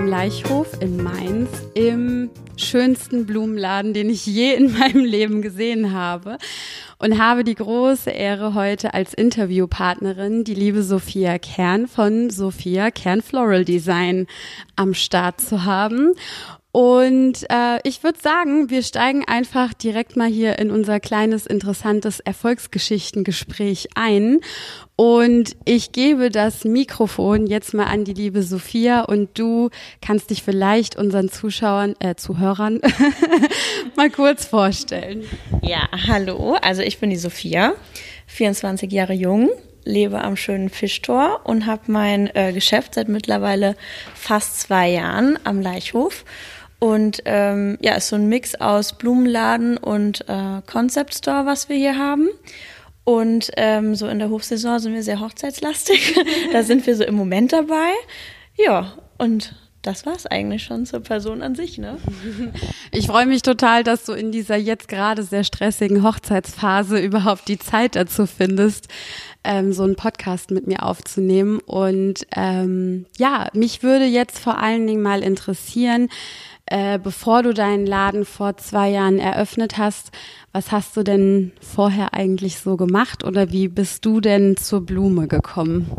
Laichhof in Mainz im schönsten Blumenladen, den ich je in meinem Leben gesehen habe und habe die große Ehre, heute als Interviewpartnerin die liebe Sophia Kern von Sophia Kern Floral Design am Start zu haben. Und ich würde sagen, wir steigen einfach direkt mal hier in unser kleines, interessantes Erfolgsgeschichtengespräch ein. Und ich gebe das Mikrofon jetzt mal an die liebe Sophia und du kannst dich vielleicht unseren Zuhörern mal kurz vorstellen. Ja, hallo, also ich bin die Sophia, 24 Jahre jung, lebe am schönen Fischtor und habe mein Geschäft seit mittlerweile fast 2 Jahren am Laichhof. Und ist so ein Mix aus Blumenladen und Concept Store, was wir hier haben. Und so in der Hochsaison sind wir sehr hochzeitslastig. Da sind wir so im Moment dabei. Ja, und das war's eigentlich schon zur Person an sich, ne? Ich freue mich total, dass du in dieser jetzt gerade sehr stressigen Hochzeitsphase überhaupt die Zeit dazu findest, so einen Podcast mit mir aufzunehmen. Und mich würde jetzt vor allen Dingen mal interessieren, bevor du deinen Laden vor 2 Jahren eröffnet hast, was hast du denn vorher eigentlich so gemacht oder wie bist du denn zur Blume gekommen?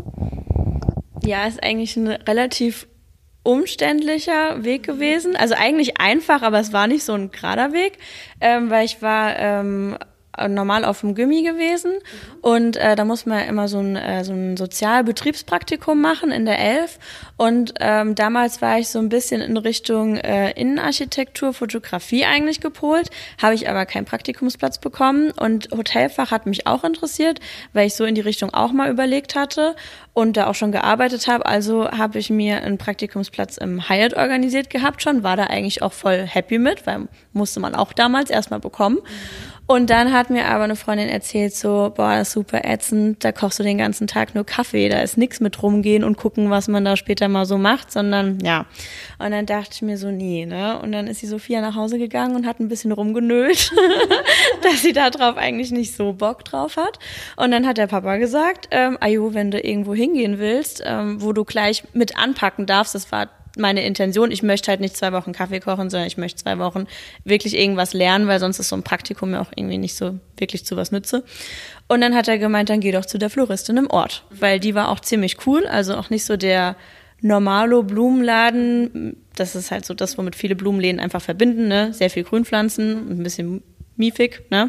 Ja, ist eigentlich ein relativ umständlicher Weg gewesen. Also eigentlich einfach, aber es war nicht so ein gerader Weg, weil ich war normal auf dem Gymi gewesen und da muss man immer so ein Sozialbetriebspraktikum machen in der 11 und damals war ich so ein bisschen in Richtung Innenarchitektur, Fotografie eigentlich gepolt, habe ich aber keinen Praktikumsplatz bekommen und Hotelfach hat mich auch interessiert, weil ich so in die Richtung auch mal überlegt hatte und da auch schon gearbeitet habe, also habe ich mir einen Praktikumsplatz im Hyatt organisiert gehabt schon, war da eigentlich auch voll happy mit, weil musste man auch damals erstmal bekommen. Und dann hat mir aber eine Freundin erzählt so, boah, das ist super ätzend, da kochst du den ganzen Tag nur Kaffee, da ist nix mit rumgehen und gucken, was man da später mal so macht, sondern ja. Und dann dachte ich mir so, nee, ne? Und dann ist die Sophia nach Hause gegangen und hat ein bisschen rumgenölt, dass sie da drauf eigentlich nicht so Bock drauf hat. Und dann hat der Papa gesagt, Ajo, wenn du irgendwo hingehen willst, wo du gleich mit anpacken darfst, das war meine Intention, ich möchte halt nicht 2 Wochen Kaffee kochen, sondern ich möchte 2 Wochen wirklich irgendwas lernen, weil sonst ist so ein Praktikum mir auch irgendwie nicht so wirklich zu was nütze. Und dann hat er gemeint, dann geh doch zu der Floristin im Ort, weil die war auch ziemlich cool, also auch nicht so der normalo Blumenladen, das ist halt so das, womit viele Blumenläden einfach verbinden, ne, sehr viel Grünpflanzen und ein bisschen miefig, ne.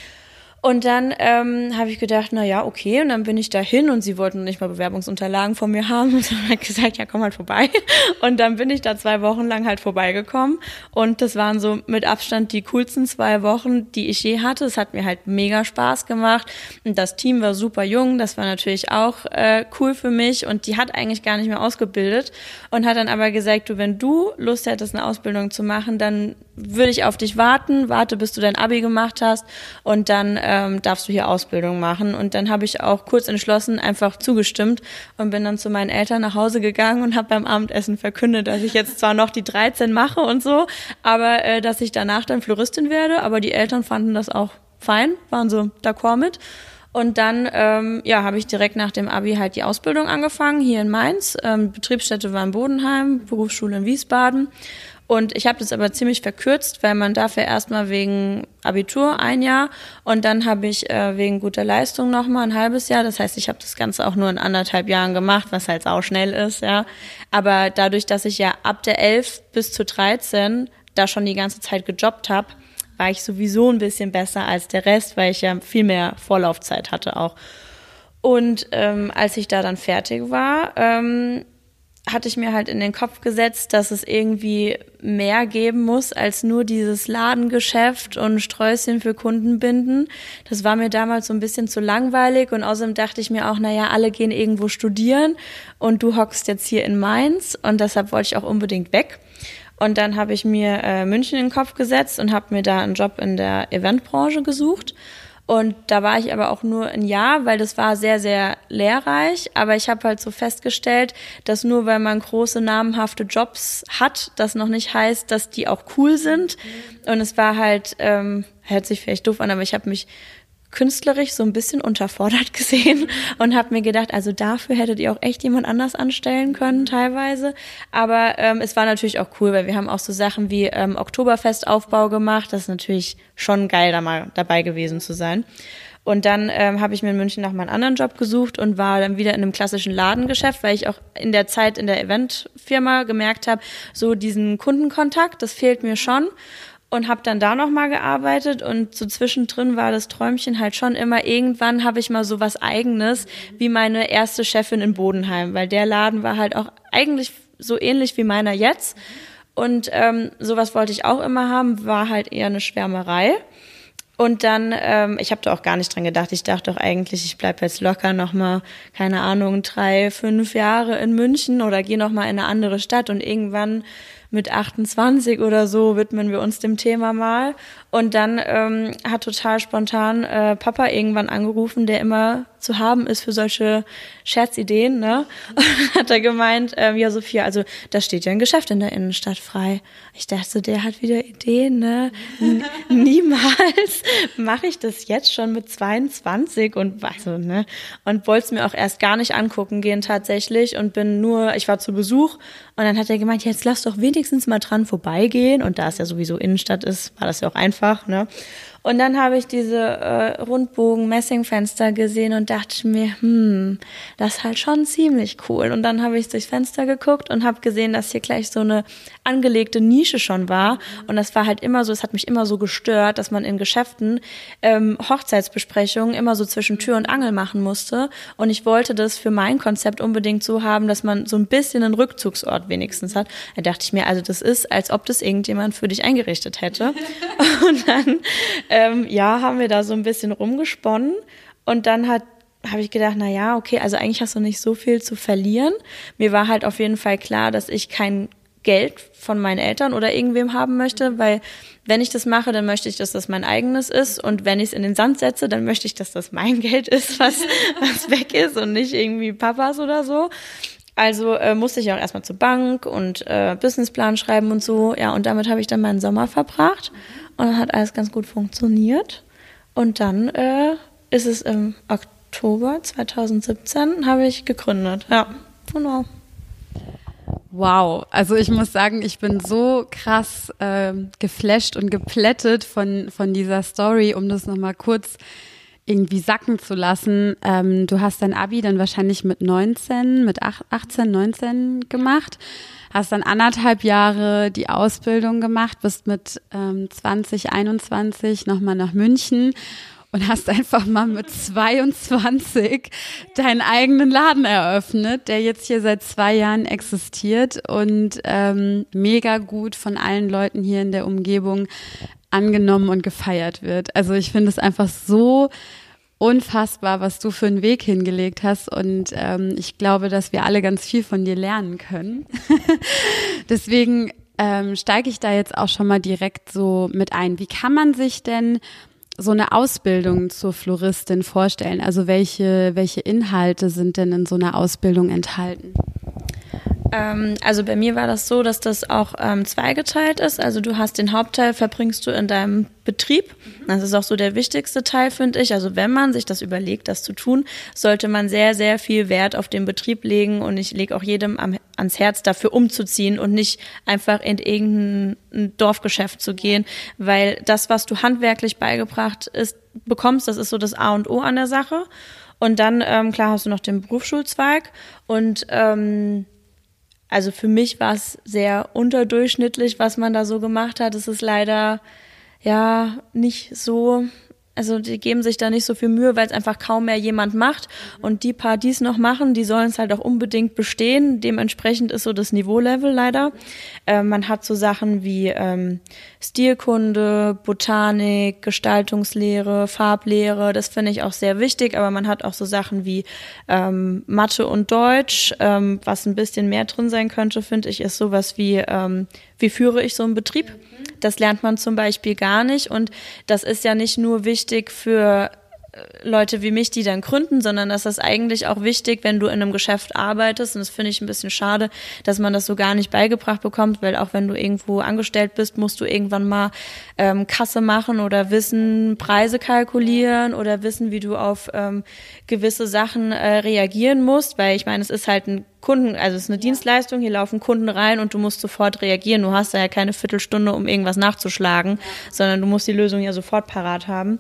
Und dann habe ich gedacht, na ja, okay. Und dann bin ich da hin und sie wollten nicht mal Bewerbungsunterlagen von mir haben. Und dann habe ich gesagt, ja, komm halt vorbei. Und dann bin ich da 2 Wochen lang halt vorbeigekommen. Und das waren so mit Abstand die coolsten 2 Wochen, die ich je hatte. Es hat mir halt mega Spaß gemacht. Und das Team war super jung. Das war natürlich auch cool für mich. Und die hat eigentlich gar nicht mehr ausgebildet. Und hat dann aber gesagt, du, wenn du Lust hättest, eine Ausbildung zu machen, dann würde ich auf dich warten. Warte, bis du dein Abi gemacht hast. Und dann darfst du hier Ausbildung machen. Und dann habe ich auch kurz entschlossen einfach zugestimmt und bin dann zu meinen Eltern nach Hause gegangen und habe beim Abendessen verkündet, dass ich jetzt zwar noch die 13 mache und so, aber dass ich danach dann Floristin werde. Aber die Eltern fanden das auch fein, waren so d'accord mit. Und dann habe ich direkt nach dem Abi halt die Ausbildung angefangen, hier in Mainz. Betriebsstätte war in Bodenheim, Berufsschule in Wiesbaden. Und ich habe das aber ziemlich verkürzt, weil man darf ja erstmal wegen Abitur 1 Jahr und dann habe ich wegen guter Leistung nochmal ein halbes Jahr. Das heißt, ich habe das Ganze auch nur in 1,5 Jahren gemacht, was halt auch schnell ist, ja. Aber dadurch, dass ich ja ab der 11 bis zur 13 da schon die ganze Zeit gejobbt habe, war ich sowieso ein bisschen besser als der Rest, weil ich ja viel mehr Vorlaufzeit hatte auch. Und als ich da dann fertig war, hatte ich mir halt in den Kopf gesetzt, dass es irgendwie mehr geben muss als nur dieses Ladengeschäft und Sträußchen für Kunden binden. Das war mir damals so ein bisschen zu langweilig und außerdem dachte ich mir auch, naja, alle gehen irgendwo studieren und du hockst jetzt hier in Mainz und deshalb wollte ich auch unbedingt weg. Und dann habe ich mir München in den Kopf gesetzt und habe mir da einen Job in der Eventbranche gesucht. Und da war ich aber auch nur 1 Jahr, weil das war sehr, sehr lehrreich. Aber ich habe halt so festgestellt, dass nur weil man große, namenhafte Jobs hat, das noch nicht heißt, dass die auch cool sind. Und es war halt, hört sich vielleicht doof an, aber ich habe mich künstlerisch so ein bisschen unterfordert gesehen und habe mir gedacht, also dafür hättet ihr auch echt jemand anders anstellen können teilweise. Aber es war natürlich auch cool, weil wir haben auch so Sachen wie Oktoberfestaufbau gemacht. Das ist natürlich schon geil, da mal dabei gewesen zu sein. Und dann habe ich mir in München nochmal einen anderen Job gesucht und war dann wieder in einem klassischen Ladengeschäft, weil ich auch in der Zeit in der Eventfirma gemerkt habe, so diesen Kundenkontakt, das fehlt mir schon. Und habe dann da nochmal gearbeitet und so zwischendrin war das Träumchen halt schon immer, irgendwann habe ich mal so was Eigenes wie meine erste Chefin in Bodenheim, weil der Laden war halt auch eigentlich so ähnlich wie meiner jetzt. Und sowas wollte ich auch immer haben, war halt eher eine Schwärmerei. Und dann, ich habe da auch gar nicht dran gedacht. Ich dachte doch eigentlich, ich bleib jetzt locker nochmal, keine Ahnung, 3, 5 Jahre in München oder gehe nochmal in eine andere Stadt. Und irgendwann mit 28 oder so widmen wir uns dem Thema mal. Und dann hat total spontan Papa irgendwann angerufen, der immer zu haben ist für solche Scherzideen, ne? Und hat er gemeint, ja Sophia, also da steht ja ein Geschäft in der Innenstadt frei. Ich dachte so, der hat wieder Ideen, ne? Niemals mache ich das jetzt schon mit 22 und also, ne? Und wollte es mir auch erst gar nicht angucken gehen tatsächlich und ich war zu Besuch und dann hat er gemeint, jetzt lass doch wenigstens mal dran vorbeigehen und da es ja sowieso Innenstadt ist, war das ja auch einfach, ne? Und dann habe ich diese Rundbogen-Messingfenster gesehen und dachte mir, das ist halt schon ziemlich cool. Und dann habe ich durchs Fenster geguckt und habe gesehen, dass hier gleich so eine angelegte Nische schon war. Und das war halt immer so, es hat mich immer so gestört, dass man in Geschäften Hochzeitsbesprechungen immer so zwischen Tür und Angel machen musste. Und ich wollte das für mein Konzept unbedingt so haben, dass man so ein bisschen einen Rückzugsort wenigstens hat. Da dachte ich mir, also das ist, als ob das irgendjemand für dich eingerichtet hätte. Und dann haben wir da so ein bisschen rumgesponnen und dann habe ich gedacht, na ja, okay, also eigentlich hast du nicht so viel zu verlieren. Mir war halt auf jeden Fall klar, dass ich kein Geld von meinen Eltern oder irgendwem haben möchte, weil wenn ich das mache, dann möchte ich, dass das mein eigenes ist und wenn ich es in den Sand setze, dann möchte ich, dass das mein Geld ist, was weg ist und nicht irgendwie Papas oder so. Also musste ich auch erstmal zur Bank und Businessplan schreiben und so. Ja, und damit habe ich dann meinen Sommer verbracht. Und dann hat alles ganz gut funktioniert. Und dann ist es im Oktober 2017 habe ich gegründet. Ja, genau. Wow, also ich muss sagen, ich bin so krass geflasht und geplättet von dieser Story, um das nochmal kurz irgendwie sacken zu lassen. Du hast dein Abi dann wahrscheinlich mit 18, 19 gemacht, hast dann 1,5 Jahre die Ausbildung gemacht, bist mit 2021 nochmal nach München und hast einfach mal mit 22 deinen eigenen Laden eröffnet, der jetzt hier seit 2 Jahren existiert und mega gut von allen Leuten hier in der Umgebung angenommen und gefeiert wird. Also ich finde es einfach so unfassbar, was du für einen Weg hingelegt hast und ich glaube, dass wir alle ganz viel von dir lernen können. Deswegen steige ich da jetzt auch schon mal direkt so mit ein. Wie kann man sich denn so eine Ausbildung zur Floristin vorstellen? Also welche Inhalte sind denn in so einer Ausbildung enthalten? Also bei mir war das so, dass das auch zweigeteilt ist. Also du hast den Hauptteil, verbringst du in deinem Betrieb. Das ist auch so der wichtigste Teil, finde ich. Also wenn man sich das überlegt, das zu tun, sollte man sehr, sehr viel Wert auf den Betrieb legen. Und ich lege auch jedem ans Herz, dafür umzuziehen und nicht einfach in irgendein Dorfgeschäft zu gehen. Weil das, was du handwerklich beigebracht bekommst, das ist so das A und O an der Sache. Und dann, klar, hast du noch den Berufsschulzweig und also für mich war es sehr unterdurchschnittlich, was man da so gemacht hat. Es ist leider ja nicht so, also die geben sich da nicht so viel Mühe, weil es einfach kaum mehr jemand macht. Und die paar, die es noch machen, die sollen es halt auch unbedingt bestehen. Dementsprechend ist so das Niveaulevel leider. Man hat so Sachen wie Stilkunde, Botanik, Gestaltungslehre, Farblehre. Das finde ich auch sehr wichtig. Aber man hat auch so Sachen wie Mathe und Deutsch. Was ein bisschen mehr drin sein könnte, finde ich, ist sowas wie führe ich so einen Betrieb? Das lernt man zum Beispiel gar nicht und das ist ja nicht nur wichtig für Leute wie mich, die dann gründen, sondern das ist eigentlich auch wichtig, wenn du in einem Geschäft arbeitest. Und das finde ich ein bisschen schade, dass man das so gar nicht beigebracht bekommt, weil auch wenn du irgendwo angestellt bist, musst du irgendwann mal Kasse machen oder wissen, Preise kalkulieren oder wissen, wie du auf gewisse Sachen reagieren musst, weil ich meine, es ist halt ein also es ist eine Dienstleistung, hier laufen Kunden rein und du musst sofort reagieren. Du hast da ja keine Viertelstunde, um irgendwas nachzuschlagen, sondern du musst die Lösung ja sofort parat haben.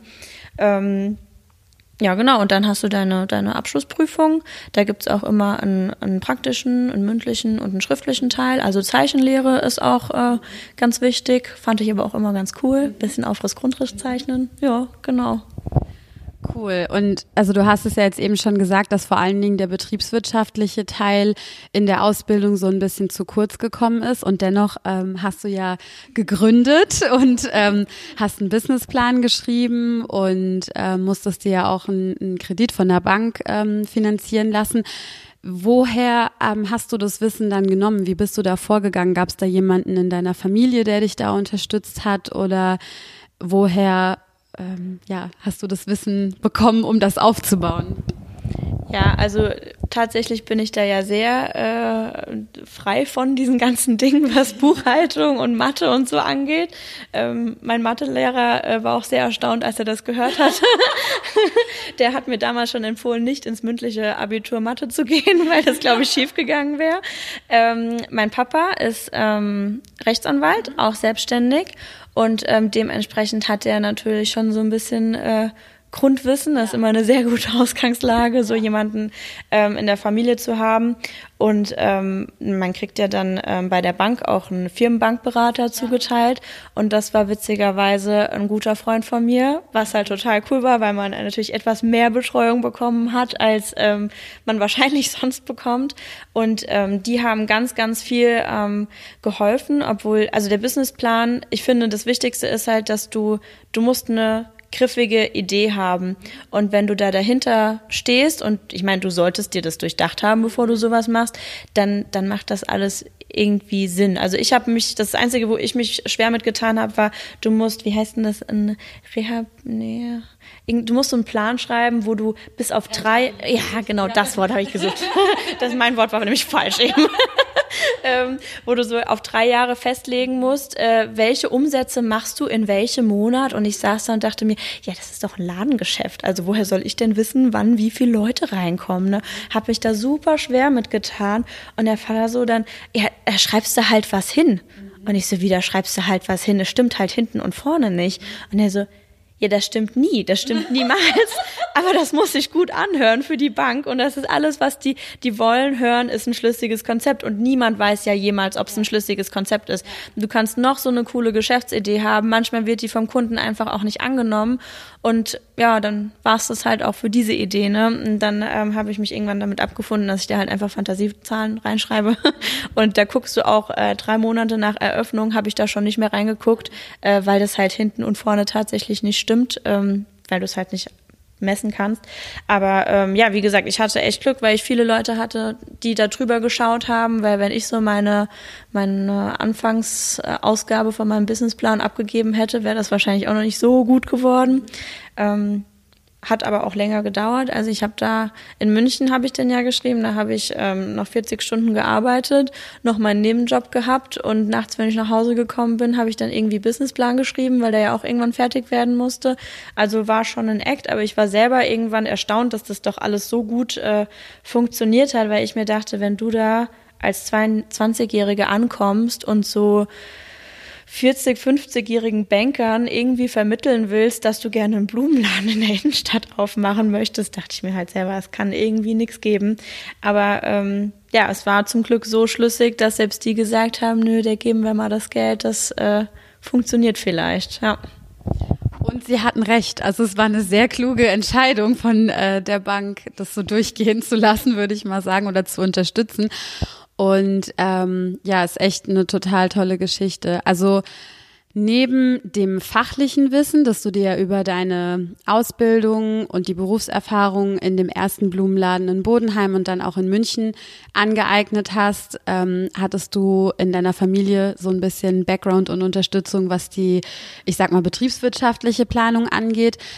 Ja, genau. Und dann hast du deine Abschlussprüfung. Da gibt's auch immer einen praktischen, einen mündlichen und einen schriftlichen Teil. Also Zeichenlehre ist auch ganz wichtig. Fand ich aber auch immer ganz cool. Bisschen Aufriss-Grundriss zeichnen. Ja, genau. Cool. Und also du hast es ja jetzt eben schon gesagt, dass vor allen Dingen der betriebswirtschaftliche Teil in der Ausbildung so ein bisschen zu kurz gekommen ist. Und dennoch hast du ja gegründet und hast einen Businessplan geschrieben und musstest dir ja auch einen Kredit von der Bank finanzieren lassen. Woher hast du das Wissen dann genommen? Wie bist du da vorgegangen? Gab es da jemanden in deiner Familie, der dich da unterstützt hat? Oder woher hast du das Wissen bekommen, um das aufzubauen? Ja, also tatsächlich bin ich da ja sehr frei von diesen ganzen Dingen, was Buchhaltung und Mathe und so angeht. Mein Mathelehrer war auch sehr erstaunt, als er das gehört hat. Der hat mir damals schon empfohlen, nicht ins mündliche Abitur Mathe zu gehen, weil das, glaube ich, schief gegangen wäre. Mein Papa ist Rechtsanwalt, auch selbstständig. Und dementsprechend hat er natürlich schon so ein bisschen Grundwissen. Das ist immer eine sehr gute Ausgangslage, so jemanden in der Familie zu haben. Und man kriegt ja dann bei der Bank auch einen Firmenbankberater zugeteilt. Und das war witzigerweise ein guter Freund von mir, was halt total cool war, weil man natürlich etwas mehr Betreuung bekommen hat, als man wahrscheinlich sonst bekommt. Und die haben ganz, ganz viel geholfen, obwohl, also der Businessplan, ich finde, das Wichtigste ist halt, dass du musst eine griffige Idee haben. Und wenn du da dahinter stehst, und ich meine, du solltest dir das durchdacht haben, bevor du sowas machst, dann macht das alles irgendwie Sinn. Also das Einzige, wo ich mich schwer mitgetan habe, war, du musst, wie heißt denn das, du musst so einen Plan schreiben, wo du bis auf 3, ja genau, das Wort habe ich gesucht. Mein Wort war nämlich falsch eben. Wo du so auf 3 Jahre festlegen musst, welche Umsätze machst du in welchem Monat? Und ich saß da und dachte mir, ja, das ist doch ein Ladengeschäft. Also woher soll ich denn wissen, wann wie viele Leute reinkommen? Ne? Hab mich da super schwer mitgetan. Und der Vater so dann, ja, schreibst du halt was hin. Und ich so, wieder schreibst du halt was hin. Es stimmt halt hinten und vorne nicht. Und er so, ja, das stimmt niemals, aber das muss sich gut anhören für die Bank und das ist alles, was die wollen hören, ist ein schlüssiges Konzept und niemand weiß ja jemals, ob es ein schlüssiges Konzept ist. Du kannst noch so eine coole Geschäftsidee haben, manchmal wird die vom Kunden einfach auch nicht angenommen und ja, dann war es das halt auch für diese Idee, ne? Und dann habe ich mich irgendwann damit abgefunden, dass ich da halt einfach Fantasiezahlen reinschreibe und da guckst du auch 3 Monate nach Eröffnung habe ich da schon nicht mehr reingeguckt, weil das halt hinten und vorne tatsächlich nicht stimmt, weil du es halt nicht messen kannst. Aber ja, wie gesagt, ich hatte echt Glück, weil ich viele Leute hatte, die da drüber geschaut haben, weil wenn ich so meine Anfangsausgabe von meinem Businessplan abgegeben hätte, wäre das wahrscheinlich auch noch nicht so gut geworden. Hat aber auch länger gedauert. Also ich habe da, in München habe ich den ja geschrieben, da habe ich noch 40 Stunden gearbeitet, noch meinen Nebenjob gehabt und nachts, wenn ich nach Hause gekommen bin, habe ich dann irgendwie Businessplan geschrieben, weil der ja auch irgendwann fertig werden musste. Also war schon ein Act, aber ich war selber irgendwann erstaunt, dass das doch alles so gut funktioniert hat, weil ich mir dachte, wenn du da als 22-Jährige ankommst und so 40-, 50-jährigen Bankern irgendwie vermitteln willst, dass du gerne einen Blumenladen in der Innenstadt aufmachen möchtest, dachte ich mir halt selber, es kann irgendwie nichts geben. Aber ja, es war zum Glück so schlüssig, dass selbst die gesagt haben, nö, der geben wir mal das Geld, das funktioniert vielleicht, ja. Und sie hatten recht. Also es war eine sehr kluge Entscheidung von der Bank, das so durchgehen zu lassen, würde ich mal sagen, oder zu unterstützen. Und ja, ist echt eine total tolle Geschichte. Also neben dem fachlichen Wissen, das du dir über deine Ausbildung und die Berufserfahrung in dem ersten Blumenladen in Bodenheim und dann auch in München angeeignet hast, hattest du in deiner Familie so ein bisschen Background und Unterstützung, was die, ich sag mal, betriebswirtschaftliche Planung angeht.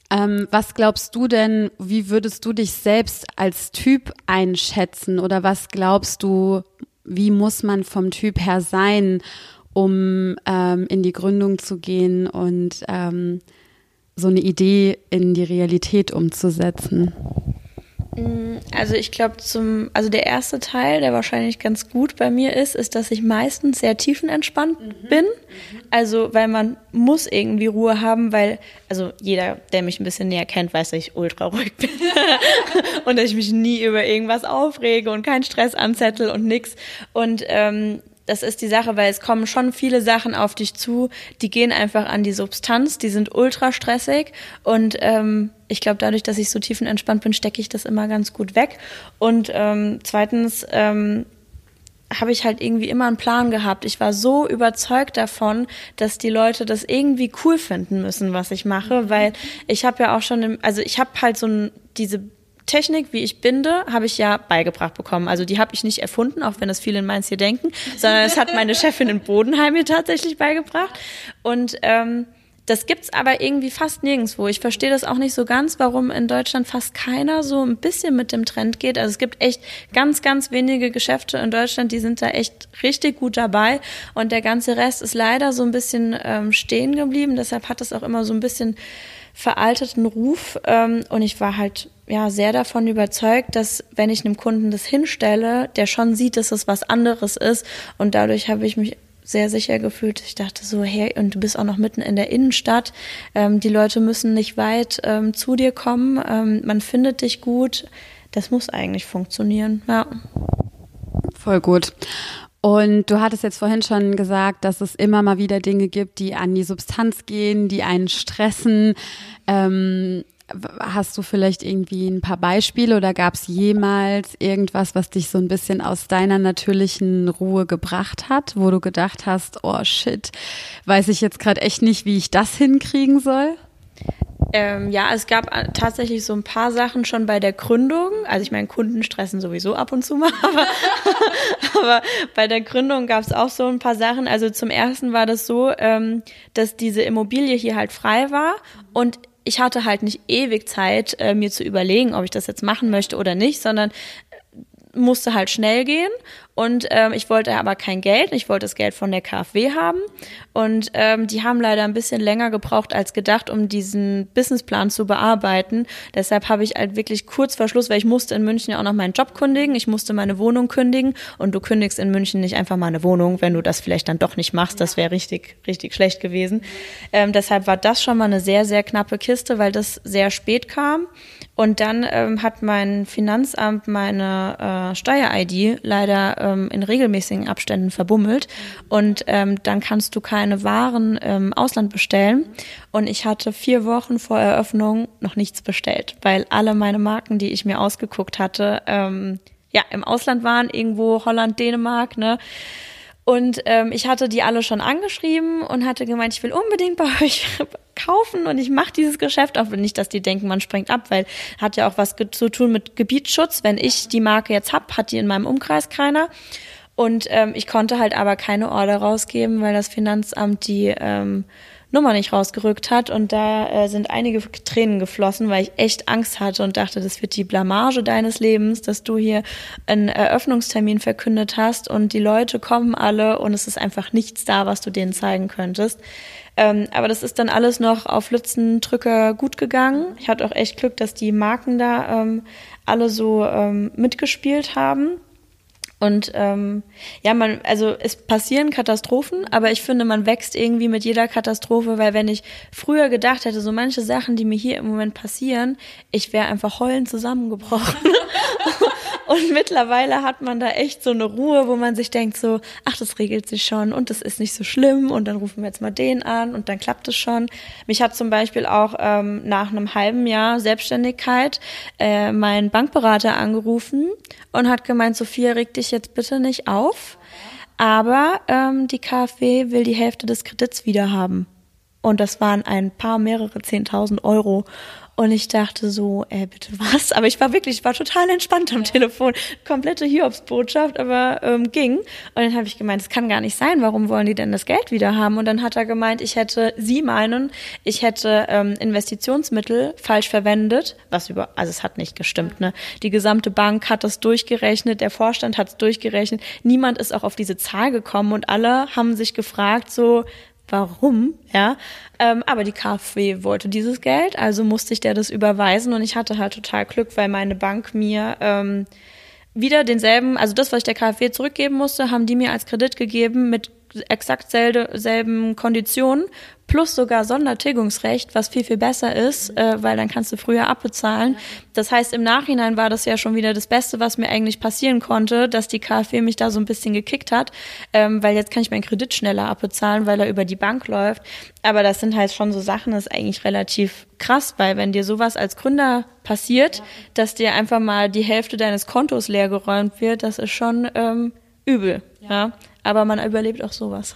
Was glaubst du denn, wie würdest du dich selbst als Typ einschätzen oder was glaubst du, wie muss man vom Typ her sein, um in die Gründung zu gehen und so eine Idee in die Realität umzusetzen? Also ich glaube, also der erste Teil, der wahrscheinlich ganz gut bei mir ist, dass ich meistens sehr tiefenentspannt bin. Also, weil man muss irgendwie Ruhe haben, weil, also jeder, der mich ein bisschen näher kennt, weiß, dass ich ultra ruhig bin. Und dass ich mich nie über irgendwas aufrege und keinen Stress anzettel und nix. Und das ist die Sache, weil es kommen schon viele Sachen auf dich zu, die gehen einfach an die Substanz, die sind ultra stressig und ich glaube, dadurch, dass ich so tiefenentspannt bin, stecke ich das immer ganz gut weg. Und zweitens habe ich halt irgendwie immer einen Plan gehabt. Ich war so überzeugt davon, dass die Leute das irgendwie cool finden müssen, was ich mache, weil ich habe ja auch schon, ich habe halt so diese Technik, wie ich binde, habe ich ja beigebracht bekommen. Also die habe ich nicht erfunden, auch wenn das viele in Mainz hier denken, sondern es hat meine Chefin in Bodenheim mir tatsächlich beigebracht. Und das gibt's aber irgendwie fast nirgendwo. Ich verstehe das auch nicht so ganz, warum in Deutschland fast keiner so ein bisschen mit dem Trend geht. Also es gibt echt ganz, ganz wenige Geschäfte in Deutschland, die sind da echt richtig gut dabei. Und der ganze Rest ist leider so ein bisschen stehen geblieben. Deshalb hat es auch immer so ein bisschen veralteten Ruf. Und ich war halt sehr davon überzeugt, dass wenn ich einem Kunden das hinstelle, der schon sieht, dass es was anderes ist. Und dadurch habe ich mich sehr sicher gefühlt. Ich dachte so, hey, und du bist auch noch mitten in der Innenstadt. Die Leute müssen nicht weit zu dir kommen. Man findet dich gut. Das muss eigentlich funktionieren, ja. Voll gut. Und du hattest jetzt vorhin schon gesagt, dass es immer mal wieder Dinge gibt, die an die Substanz gehen, die einen stressen. Hast du vielleicht irgendwie ein paar Beispiele oder gab es jemals irgendwas, was dich so ein bisschen aus deiner natürlichen Ruhe gebracht hat, wo du gedacht hast, oh shit, weiß ich jetzt gerade echt nicht, wie ich das hinkriegen soll? Es gab tatsächlich so ein paar Sachen schon bei der Gründung. Also ich meine, Kunden stressen sowieso ab und zu mal, aber bei der Gründung gab es auch so ein paar Sachen. Also zum ersten war das so, dass diese Immobilie hier halt frei war und ich hatte halt nicht ewig Zeit, mir zu überlegen, ob ich das jetzt machen möchte oder nicht, sondern musste halt schnell gehen und ich wollte aber kein Geld, ich wollte das Geld von der KfW haben und die haben leider ein bisschen länger gebraucht als gedacht, um diesen Businessplan zu bearbeiten. Deshalb habe ich halt wirklich kurz vor Schluss, weil ich musste in München ja auch noch meinen Job kündigen, ich musste meine Wohnung kündigen und du kündigst in München nicht einfach mal eine Wohnung, wenn du das vielleicht dann doch nicht machst, das wäre richtig, richtig schlecht gewesen. Deshalb war das schon mal eine sehr, sehr knappe Kiste, weil das sehr spät kam. Und dann hat mein Finanzamt meine Steuer-ID leider in regelmäßigen Abständen verbummelt. Und dann kannst du keine Waren im Ausland bestellen. Und ich hatte 4 Wochen vor Eröffnung noch nichts bestellt, weil alle meine Marken, die ich mir ausgeguckt hatte, im Ausland waren, irgendwo Holland, Dänemark, ne? Und ich hatte die alle schon angeschrieben und hatte gemeint, ich will unbedingt bei euch kaufen und ich mache dieses Geschäft, auch wenn nicht, dass die denken, man springt ab, weil hat ja auch was zu tun mit Gebietsschutz. Wenn ich die Marke jetzt hab, hat die in meinem Umkreis keiner. Und ich konnte halt aber keine Order rausgeben, weil das Finanzamt die Nummer nicht rausgerückt hat und da sind einige Tränen geflossen, weil ich echt Angst hatte und dachte, das wird die Blamage deines Lebens, dass du hier einen Eröffnungstermin verkündet hast und die Leute kommen alle und es ist einfach nichts da, was du denen zeigen könntest. Aber das ist dann alles noch auf Lützen-Drücker gut gegangen. Ich hatte auch echt Glück, dass die Marken da alle so mitgespielt haben. Und es passieren Katastrophen, aber ich finde, man wächst irgendwie mit jeder Katastrophe, weil wenn ich früher gedacht hätte, so manche Sachen, die mir hier im Moment passieren, ich wäre einfach heulend zusammengebrochen. Und mittlerweile hat man da echt so eine Ruhe, wo man sich denkt so, ach, das regelt sich schon und das ist nicht so schlimm und dann rufen wir jetzt mal den an und dann klappt es schon. Mich hat zum Beispiel auch nach einem halben Jahr Selbstständigkeit mein Bankberater angerufen und hat gemeint, Sophia, reg dich jetzt bitte nicht auf, aber die KfW will die Hälfte des Kredits wieder haben. Und das waren mehrere 10.000 Euro. Und ich dachte so, bitte was? Aber ich war total entspannt am Telefon. Komplette Hiobsbotschaft, aber ging. Und dann habe ich gemeint, das kann gar nicht sein. Warum wollen die denn das Geld wieder haben? Und dann hat er gemeint, ich hätte Investitionsmittel falsch verwendet. Also es hat nicht gestimmt, ne? Die gesamte Bank hat das durchgerechnet, der Vorstand hat es durchgerechnet. Niemand ist auch auf diese Zahl gekommen und alle haben sich gefragt so, warum, ja, aber die KfW wollte dieses Geld, also musste ich der das überweisen und ich hatte halt total Glück, weil meine Bank mir wieder denselben, also das, was ich der KfW zurückgeben musste, haben die mir als Kredit gegeben mit exakt selben Konditionen plus sogar Sondertilgungsrecht, was viel, viel besser ist, weil dann kannst du früher abbezahlen. Das heißt, im Nachhinein war das ja schon wieder das Beste, was mir eigentlich passieren konnte, dass die KfW mich da so ein bisschen gekickt hat, weil jetzt kann ich meinen Kredit schneller abbezahlen, weil er über die Bank läuft. Aber das sind halt schon so Sachen, das ist eigentlich relativ krass, weil wenn dir sowas als Gründer passiert, dass dir einfach mal die Hälfte deines Kontos leergeräumt wird, das ist schon übel, ja. Aber man überlebt auch sowas.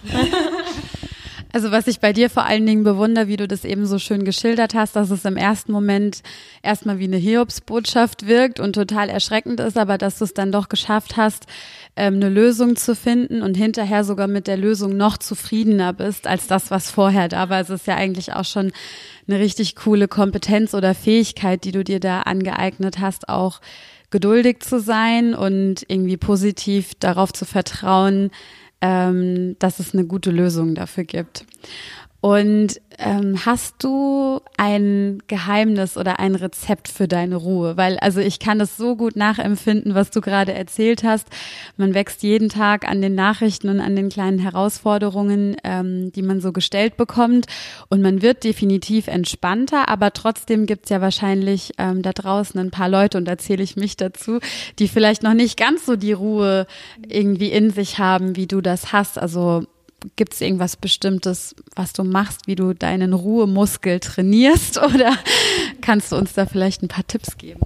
Also was ich bei dir vor allen Dingen bewundere, wie du das eben so schön geschildert hast, dass es im ersten Moment erstmal wie eine Hiobsbotschaft wirkt und total erschreckend ist, aber dass du es dann doch geschafft hast, eine Lösung zu finden und hinterher sogar mit der Lösung noch zufriedener bist als das, was vorher da war. Es ist ja eigentlich auch schon eine richtig coole Kompetenz oder Fähigkeit, die du dir da angeeignet hast, auch geduldig zu sein und irgendwie positiv darauf zu vertrauen, dass es eine gute Lösung dafür gibt. Und hast du ein Geheimnis oder ein Rezept für deine Ruhe? Weil also ich kann das so gut nachempfinden, was du gerade erzählt hast. Man wächst jeden Tag an den Nachrichten und an den kleinen Herausforderungen, die man so gestellt bekommt. Und man wird definitiv entspannter, aber trotzdem gibt's ja wahrscheinlich da draußen ein paar Leute, und da zähle ich mich dazu, die vielleicht noch nicht ganz so die Ruhe irgendwie in sich haben, wie du das hast. Also gibt es irgendwas Bestimmtes, was du machst, wie du deinen Ruhemuskel trainierst, oder kannst du uns da vielleicht ein paar Tipps geben?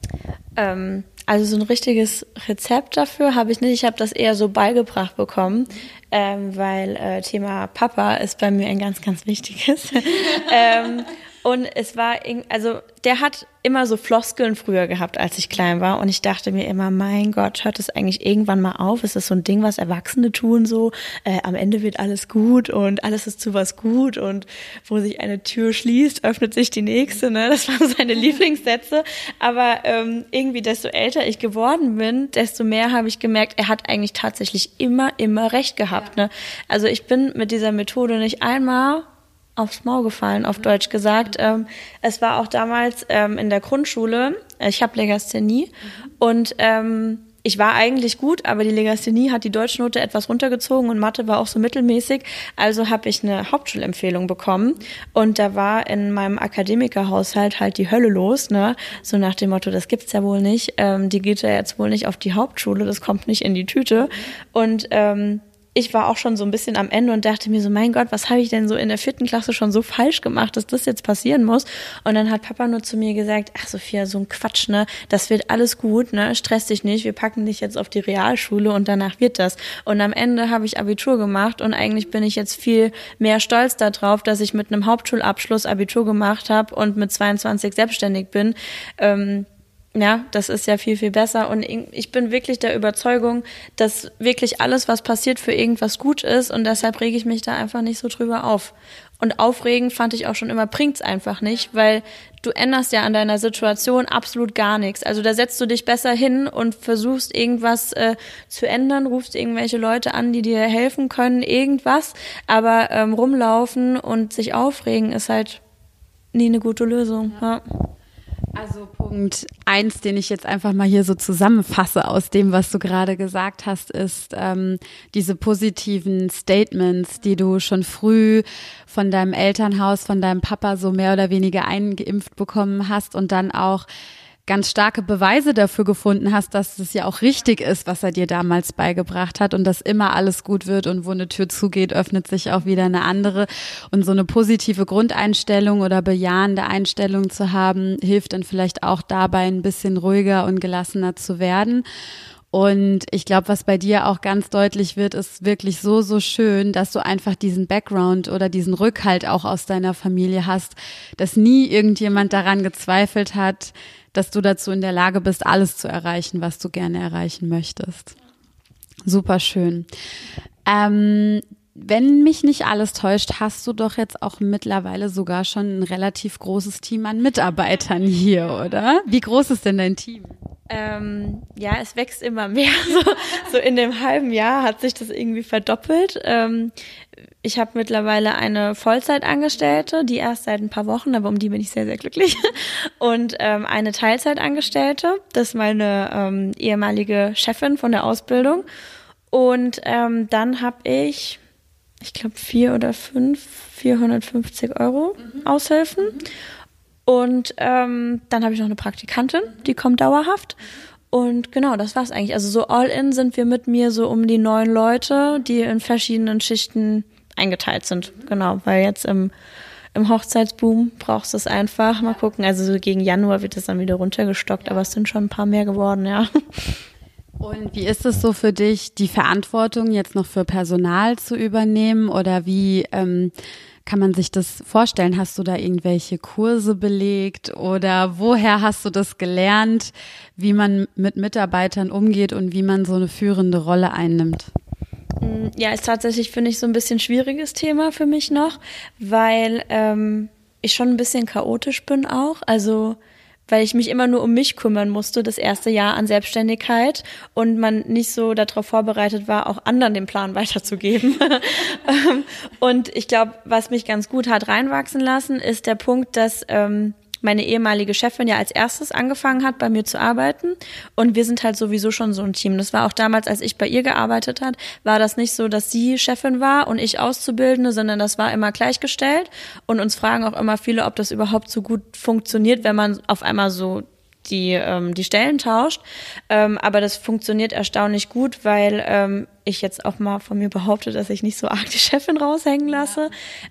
Also so ein richtiges Rezept dafür habe ich nicht. Ich habe das eher so beigebracht bekommen, weil Thema Papa ist bei mir ein ganz, ganz wichtiges. Und es war, also der hat immer so Floskeln früher gehabt, als ich klein war. Und ich dachte mir immer, mein Gott, hört es eigentlich irgendwann mal auf? Ist das so ein Ding, was Erwachsene tun so? Am Ende wird alles gut und alles ist zu was gut. Und wo sich eine Tür schließt, öffnet sich die nächste. Ne? Das waren seine Lieblingssätze. Aber irgendwie, desto älter ich geworden bin, desto mehr habe ich gemerkt, er hat eigentlich tatsächlich immer recht gehabt. Ne? Also ich bin mit dieser Methode nicht einmal aufs Maul gefallen, auf Deutsch gesagt. Es war auch damals in der Grundschule, ich habe Legasthenie und ich war eigentlich gut, aber die Legasthenie hat die Deutschnote etwas runtergezogen und Mathe war auch so mittelmäßig. Also habe ich eine Hauptschulempfehlung bekommen und da war in meinem Akademikerhaushalt halt die Hölle los, ne? So nach dem Motto, das gibt's ja wohl nicht. Die geht ja jetzt wohl nicht auf die Hauptschule, das kommt nicht in die Tüte. Und ich war auch schon so ein bisschen am Ende und dachte mir so, mein Gott, was habe ich denn so in der 4. Klasse schon so falsch gemacht, dass das jetzt passieren muss? Und dann hat Papa nur zu mir gesagt, ach Sophia, so ein Quatsch, ne? Das wird alles gut, ne? Stress dich nicht, wir packen dich jetzt auf die Realschule und danach wird das. Und am Ende habe ich Abitur gemacht und eigentlich bin ich jetzt viel mehr stolz darauf, dass ich mit einem Hauptschulabschluss Abitur gemacht habe und mit 22 selbstständig bin. Ja, das ist ja viel, viel besser und ich bin wirklich der Überzeugung, dass wirklich alles, was passiert, für irgendwas gut ist und deshalb rege ich mich da einfach nicht so drüber auf. Und aufregen fand ich auch schon immer, bringt's einfach nicht, weil du änderst ja an deiner Situation absolut gar nichts. Also da setzt du dich besser hin und versuchst irgendwas zu ändern, rufst irgendwelche Leute an, die dir helfen können, irgendwas, aber rumlaufen und sich aufregen ist halt nie eine gute Lösung. Ja. Also Punkt 1, den ich jetzt einfach mal hier so zusammenfasse aus dem, was du gerade gesagt hast, ist diese positiven Statements, die du schon früh von deinem Elternhaus, von deinem Papa so mehr oder weniger eingeimpft bekommen hast und dann auch ganz starke Beweise dafür gefunden hast, dass es ja auch richtig ist, was er dir damals beigebracht hat und dass immer alles gut wird und wo eine Tür zugeht, öffnet sich auch wieder eine andere. Und so eine positive Grundeinstellung oder bejahende Einstellung zu haben, hilft dann vielleicht auch dabei, ein bisschen ruhiger und gelassener zu werden. Und ich glaube, was bei dir auch ganz deutlich wird, ist wirklich so, so schön, dass du einfach diesen Background oder diesen Rückhalt auch aus deiner Familie hast, dass nie irgendjemand daran gezweifelt hat, dass du dazu in der Lage bist, alles zu erreichen, was du gerne erreichen möchtest. Super schön. Wenn mich nicht alles täuscht, hast du doch jetzt auch mittlerweile sogar schon ein relativ großes Team an Mitarbeitern hier, oder? Wie groß ist denn dein Team? Ja, es wächst immer mehr. So in dem halben Jahr hat sich das irgendwie verdoppelt. Ich habe mittlerweile eine Vollzeitangestellte, die erst seit ein paar Wochen, aber um die bin ich sehr, sehr glücklich. Und eine Teilzeitangestellte, das ist meine ehemalige Chefin von der Ausbildung. Und dann habe ich glaube 450 € Aushilfen. Und dann habe ich noch eine Praktikantin, die kommt dauerhaft. Und genau, das war's eigentlich. Also so all in sind wir mit mir so um die 9 Leute, die in verschiedenen Schichten eingeteilt sind. Genau, weil jetzt im Hochzeitsboom brauchst du es einfach. Mal gucken, also so gegen Januar wird es dann wieder runtergestockt, aber es sind schon ein paar mehr geworden, ja. Und wie ist es so für dich, die Verantwortung jetzt noch für Personal zu übernehmen oder wie kann man sich das vorstellen? Hast du da irgendwelche Kurse belegt oder woher hast du das gelernt, wie man mit Mitarbeitern umgeht und wie man so eine führende Rolle einnimmt? Ja, ist tatsächlich, finde ich, so ein bisschen schwieriges Thema für mich noch, weil ich schon ein bisschen chaotisch bin auch, also weil ich mich immer nur um mich kümmern musste, das erste Jahr an Selbstständigkeit und man nicht so darauf vorbereitet war, auch anderen den Plan weiterzugeben. Und ich glaube, was mich ganz gut hat reinwachsen lassen, ist der Punkt, dass meine ehemalige Chefin ja als erstes angefangen hat, bei mir zu arbeiten. Und wir sind halt sowieso schon so ein Team. Das war auch damals, als ich bei ihr gearbeitet hat, war das nicht so, dass sie Chefin war und ich Auszubildende, sondern das war immer gleichgestellt. Und uns fragen auch immer viele, ob das überhaupt so gut funktioniert, wenn man auf einmal so die Stellen tauscht. Aber das funktioniert erstaunlich gut, weil ich jetzt auch mal von mir behaupte, dass ich nicht so arg die Chefin raushängen lasse.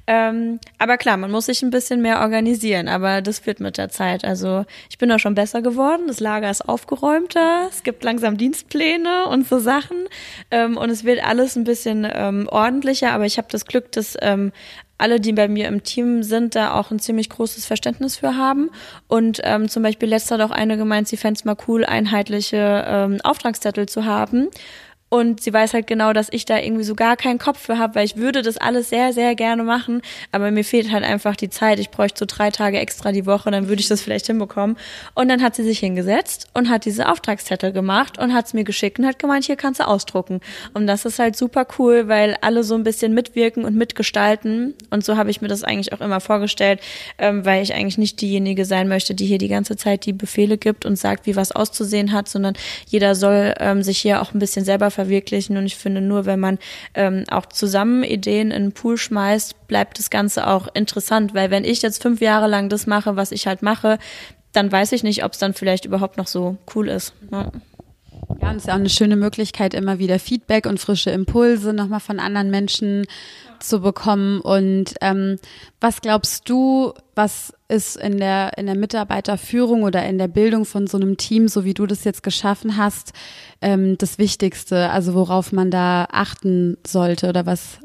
Aber klar, man muss sich ein bisschen mehr organisieren, aber das wird mit der Zeit. Also ich bin da schon besser geworden, das Lager ist aufgeräumter, es gibt langsam Dienstpläne und so Sachen und es wird alles ein bisschen ordentlicher, aber ich habe das Glück, dass alle, die bei mir im Team sind, da auch ein ziemlich großes Verständnis für haben. Und zum Beispiel letztes hat auch eine gemeint, sie fände es mal cool, einheitliche Auftragszettel zu haben. Und sie weiß halt genau, dass ich da irgendwie so gar keinen Kopf für habe, weil ich würde das alles sehr, sehr gerne machen, aber mir fehlt halt einfach die Zeit. Ich bräuchte so 3 Tage extra die Woche, dann würde ich das vielleicht hinbekommen. Und dann hat sie sich hingesetzt und hat diese Auftragszettel gemacht und hat es mir geschickt und hat gemeint, hier kannst du ausdrucken. Und das ist halt super cool, weil alle so ein bisschen mitwirken und mitgestalten. Und so habe ich mir das eigentlich auch immer vorgestellt, weil ich eigentlich nicht diejenige sein möchte, die hier die ganze Zeit die Befehle gibt und sagt, wie was auszusehen hat, sondern jeder soll sich hier auch ein bisschen selber verwirklichen. Und ich finde, nur wenn man auch zusammen Ideen in den Pool schmeißt, bleibt das Ganze auch interessant, weil wenn ich jetzt 5 Jahre lang das mache, was ich halt mache, dann weiß ich nicht, ob es dann vielleicht überhaupt noch so cool ist. Ja. Ja, und es ist ja auch eine schöne Möglichkeit, immer wieder Feedback und frische Impulse nochmal von anderen Menschen zu bekommen. Und was glaubst du, was ist in der Mitarbeiterführung oder in der Bildung von so einem Team, so wie du das jetzt geschaffen hast, das Wichtigste? Also worauf man da achten sollte oder was,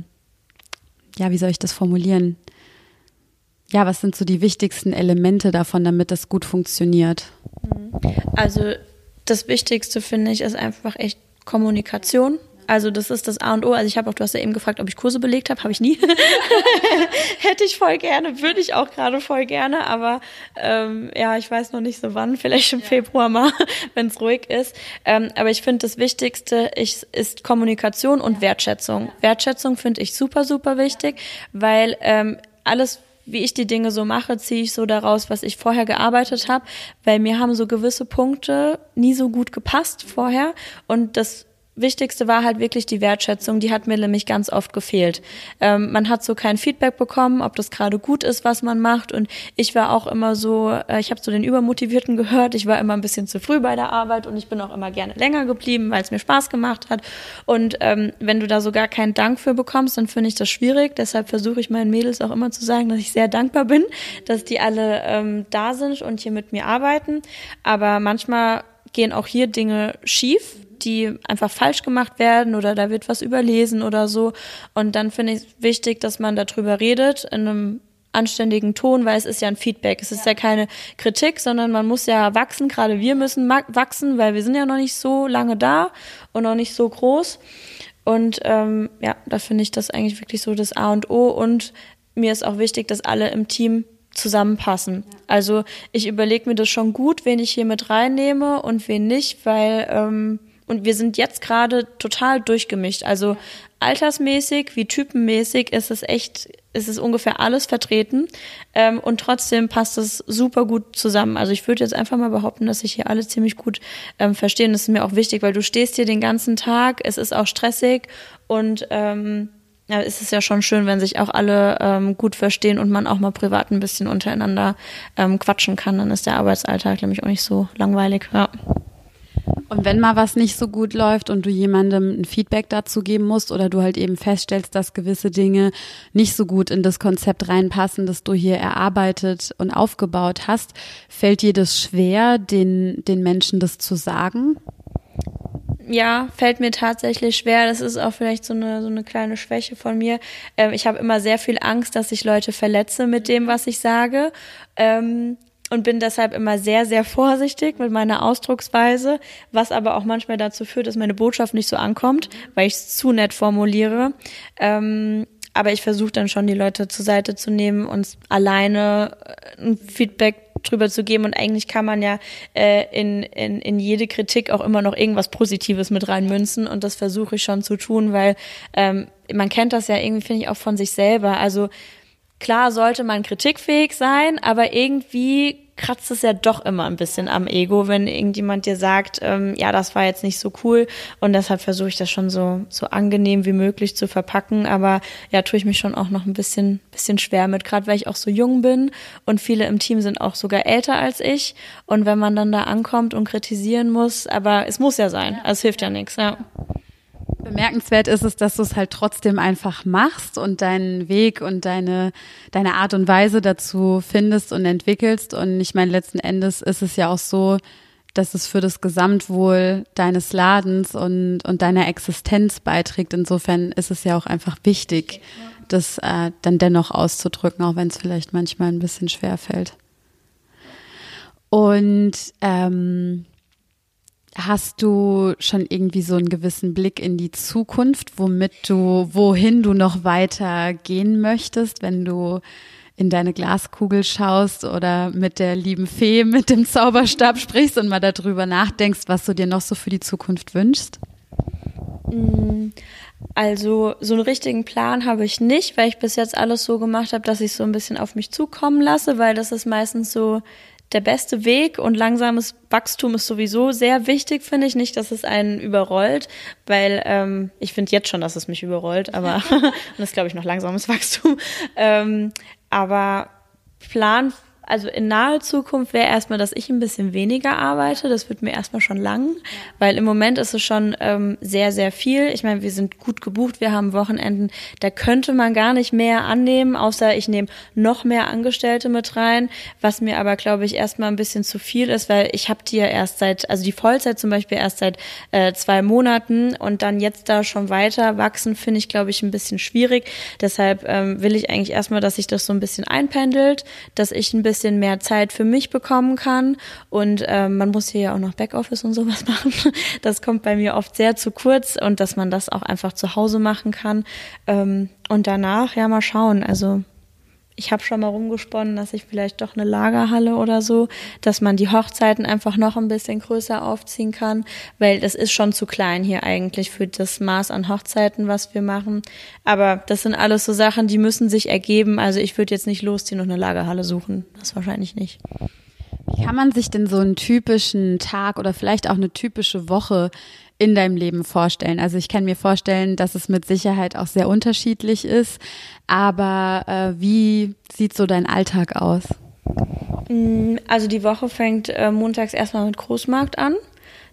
wie soll ich das formulieren? Ja, was sind so die wichtigsten Elemente davon, damit das gut funktioniert? Also das Wichtigste, finde ich, ist einfach echt Kommunikation. Also das ist das A und O. Also du hast ja eben gefragt, ob ich Kurse belegt habe. Habe ich nie. Hätte ich voll gerne, würde ich auch gerade voll gerne. Aber ich weiß noch nicht so wann, vielleicht im Februar mal, wenn es ruhig ist. Aber ich finde, das Wichtigste ist Kommunikation und Wertschätzung. Wertschätzung finde ich super, super wichtig, weil alles, wie ich die Dinge so mache, ziehe ich so daraus, was ich vorher gearbeitet habe, weil mir haben so gewisse Punkte nie so gut gepasst vorher und das Wichtigste war halt wirklich die Wertschätzung, die hat mir nämlich ganz oft gefehlt. Man hat so kein Feedback bekommen, ob das gerade gut ist, was man macht und ich war auch immer so, ich habe so den Übermotivierten gehört, ich war immer ein bisschen zu früh bei der Arbeit und ich bin auch immer gerne länger geblieben, weil es mir Spaß gemacht hat und wenn du da so gar keinen Dank für bekommst, dann finde ich das schwierig, deshalb versuche ich meinen Mädels auch immer zu sagen, dass ich sehr dankbar bin, dass die alle da sind und hier mit mir arbeiten, aber manchmal gehen auch hier Dinge schief. gibt, die einfach falsch gemacht werden oder da wird was überlesen oder so. Und dann finde ich es wichtig, dass man darüber redet in einem anständigen Ton, weil es ist ja ein Feedback. Es ist ja keine Kritik, sondern man muss ja wachsen. Gerade wir müssen wachsen, weil wir sind ja noch nicht so lange da und noch nicht so groß. Und da finde ich das eigentlich wirklich so das A und O. Und mir ist auch wichtig, dass alle im Team zusammenpassen. Also ich überlege mir das schon gut, wen ich hier mit reinnehme und wen nicht, weil und wir sind jetzt gerade total durchgemischt. Also altersmäßig wie typenmäßig ist es ungefähr alles vertreten und trotzdem passt es super gut zusammen. Also ich würde jetzt einfach mal behaupten, dass sich hier alle ziemlich gut verstehen. Das ist mir auch wichtig, weil du stehst hier den ganzen Tag, es ist auch stressig und es ist ja schon schön, wenn sich auch alle gut verstehen und man auch mal privat ein bisschen untereinander quatschen kann. Dann ist der Arbeitsalltag nämlich auch nicht so langweilig. Ja. Und wenn mal was nicht so gut läuft und du jemandem ein Feedback dazu geben musst oder du halt eben feststellst, dass gewisse Dinge nicht so gut in das Konzept reinpassen, das du hier erarbeitet und aufgebaut hast, fällt dir das schwer, den Menschen das zu sagen? Ja, fällt mir tatsächlich schwer. Das ist auch vielleicht so eine kleine Schwäche von mir. Ich habe immer sehr viel Angst, dass ich Leute verletze mit dem, was ich sage. Und bin deshalb immer sehr, sehr vorsichtig mit meiner Ausdrucksweise, was aber auch manchmal dazu führt, dass meine Botschaft nicht so ankommt, weil ich es zu nett formuliere. Aber ich versuche dann schon, die Leute zur Seite zu nehmen und alleine ein Feedback drüber zu geben. Und eigentlich kann man ja in jede Kritik auch immer noch irgendwas Positives mit reinmünzen. Und das versuche ich schon zu tun, weil man kennt das ja irgendwie, finde ich, auch von sich selber. Also klar sollte man kritikfähig sein, aber irgendwie kratzt es ja doch immer ein bisschen am Ego, wenn irgendjemand dir sagt, ja, das war jetzt nicht so cool. Und deshalb versuche ich das schon so angenehm wie möglich zu verpacken. Aber ja, tue ich mich schon auch noch ein bisschen schwer mit, gerade weil ich auch so jung bin und viele im Team sind auch sogar älter als ich. Und wenn man dann da ankommt und kritisieren muss, aber es muss ja sein, also es hilft ja nichts, ja. Bemerkenswert ist es, dass du es halt trotzdem einfach machst und deinen Weg und deine Art und Weise dazu findest und entwickelst. Und ich meine, letzten Endes ist es ja auch so, dass es für das Gesamtwohl deines Ladens und deiner Existenz beiträgt. Insofern ist es ja auch einfach wichtig, das dann dennoch auszudrücken, auch wenn es vielleicht manchmal ein bisschen schwer fällt. Und hast du schon irgendwie so einen gewissen Blick in die Zukunft, wohin du noch weiter gehen möchtest, wenn du in deine Glaskugel schaust oder mit der lieben Fee mit dem Zauberstab sprichst und mal darüber nachdenkst, was du dir noch so für die Zukunft wünschst? Also so einen richtigen Plan habe ich nicht, weil ich bis jetzt alles so gemacht habe, dass ich so ein bisschen auf mich zukommen lasse, weil das ist meistens so der beste Weg und langsames Wachstum ist sowieso sehr wichtig, finde ich. Nicht, dass es einen überrollt, weil ich finde jetzt schon, dass es mich überrollt, aber und das ist, glaube ich, noch langsames Wachstum. Aber Plan, also in naher Zukunft wäre erstmal, dass ich ein bisschen weniger arbeite. Das wird mir erstmal schon lang, weil im Moment ist es schon sehr, sehr viel. Ich meine, wir sind gut gebucht, wir haben Wochenenden, da könnte man gar nicht mehr annehmen, außer ich nehme noch mehr Angestellte mit rein, was mir aber, glaube ich, erstmal ein bisschen zu viel ist, weil ich habe die ja also die Vollzeit zum Beispiel erst seit 2 Monaten und dann jetzt da schon weiter wachsen, finde ich, glaube ich, ein bisschen schwierig. Deshalb will ich eigentlich erstmal, dass sich das so ein bisschen einpendelt, dass ich ein bisschen mehr Zeit für mich bekommen kann und man muss hier ja auch noch Backoffice und sowas machen. Das kommt bei mir oft sehr zu kurz und dass man das auch einfach zu Hause machen kann und danach ja mal schauen. Also ich habe schon mal rumgesponnen, dass ich vielleicht doch eine Lagerhalle oder so, dass man die Hochzeiten einfach noch ein bisschen größer aufziehen kann, weil das ist schon zu klein hier eigentlich für das Maß an Hochzeiten, was wir machen. Aber das sind alles so Sachen, die müssen sich ergeben. Also ich würde jetzt nicht losziehen und eine Lagerhalle suchen. Das wahrscheinlich nicht. Wie kann man sich denn so einen typischen Tag oder vielleicht auch eine typische Woche in deinem Leben vorstellen? Also ich kann mir vorstellen, dass es mit Sicherheit auch sehr unterschiedlich ist, aber wie sieht so dein Alltag aus? Also die Woche fängt montags erstmal mit Großmarkt an.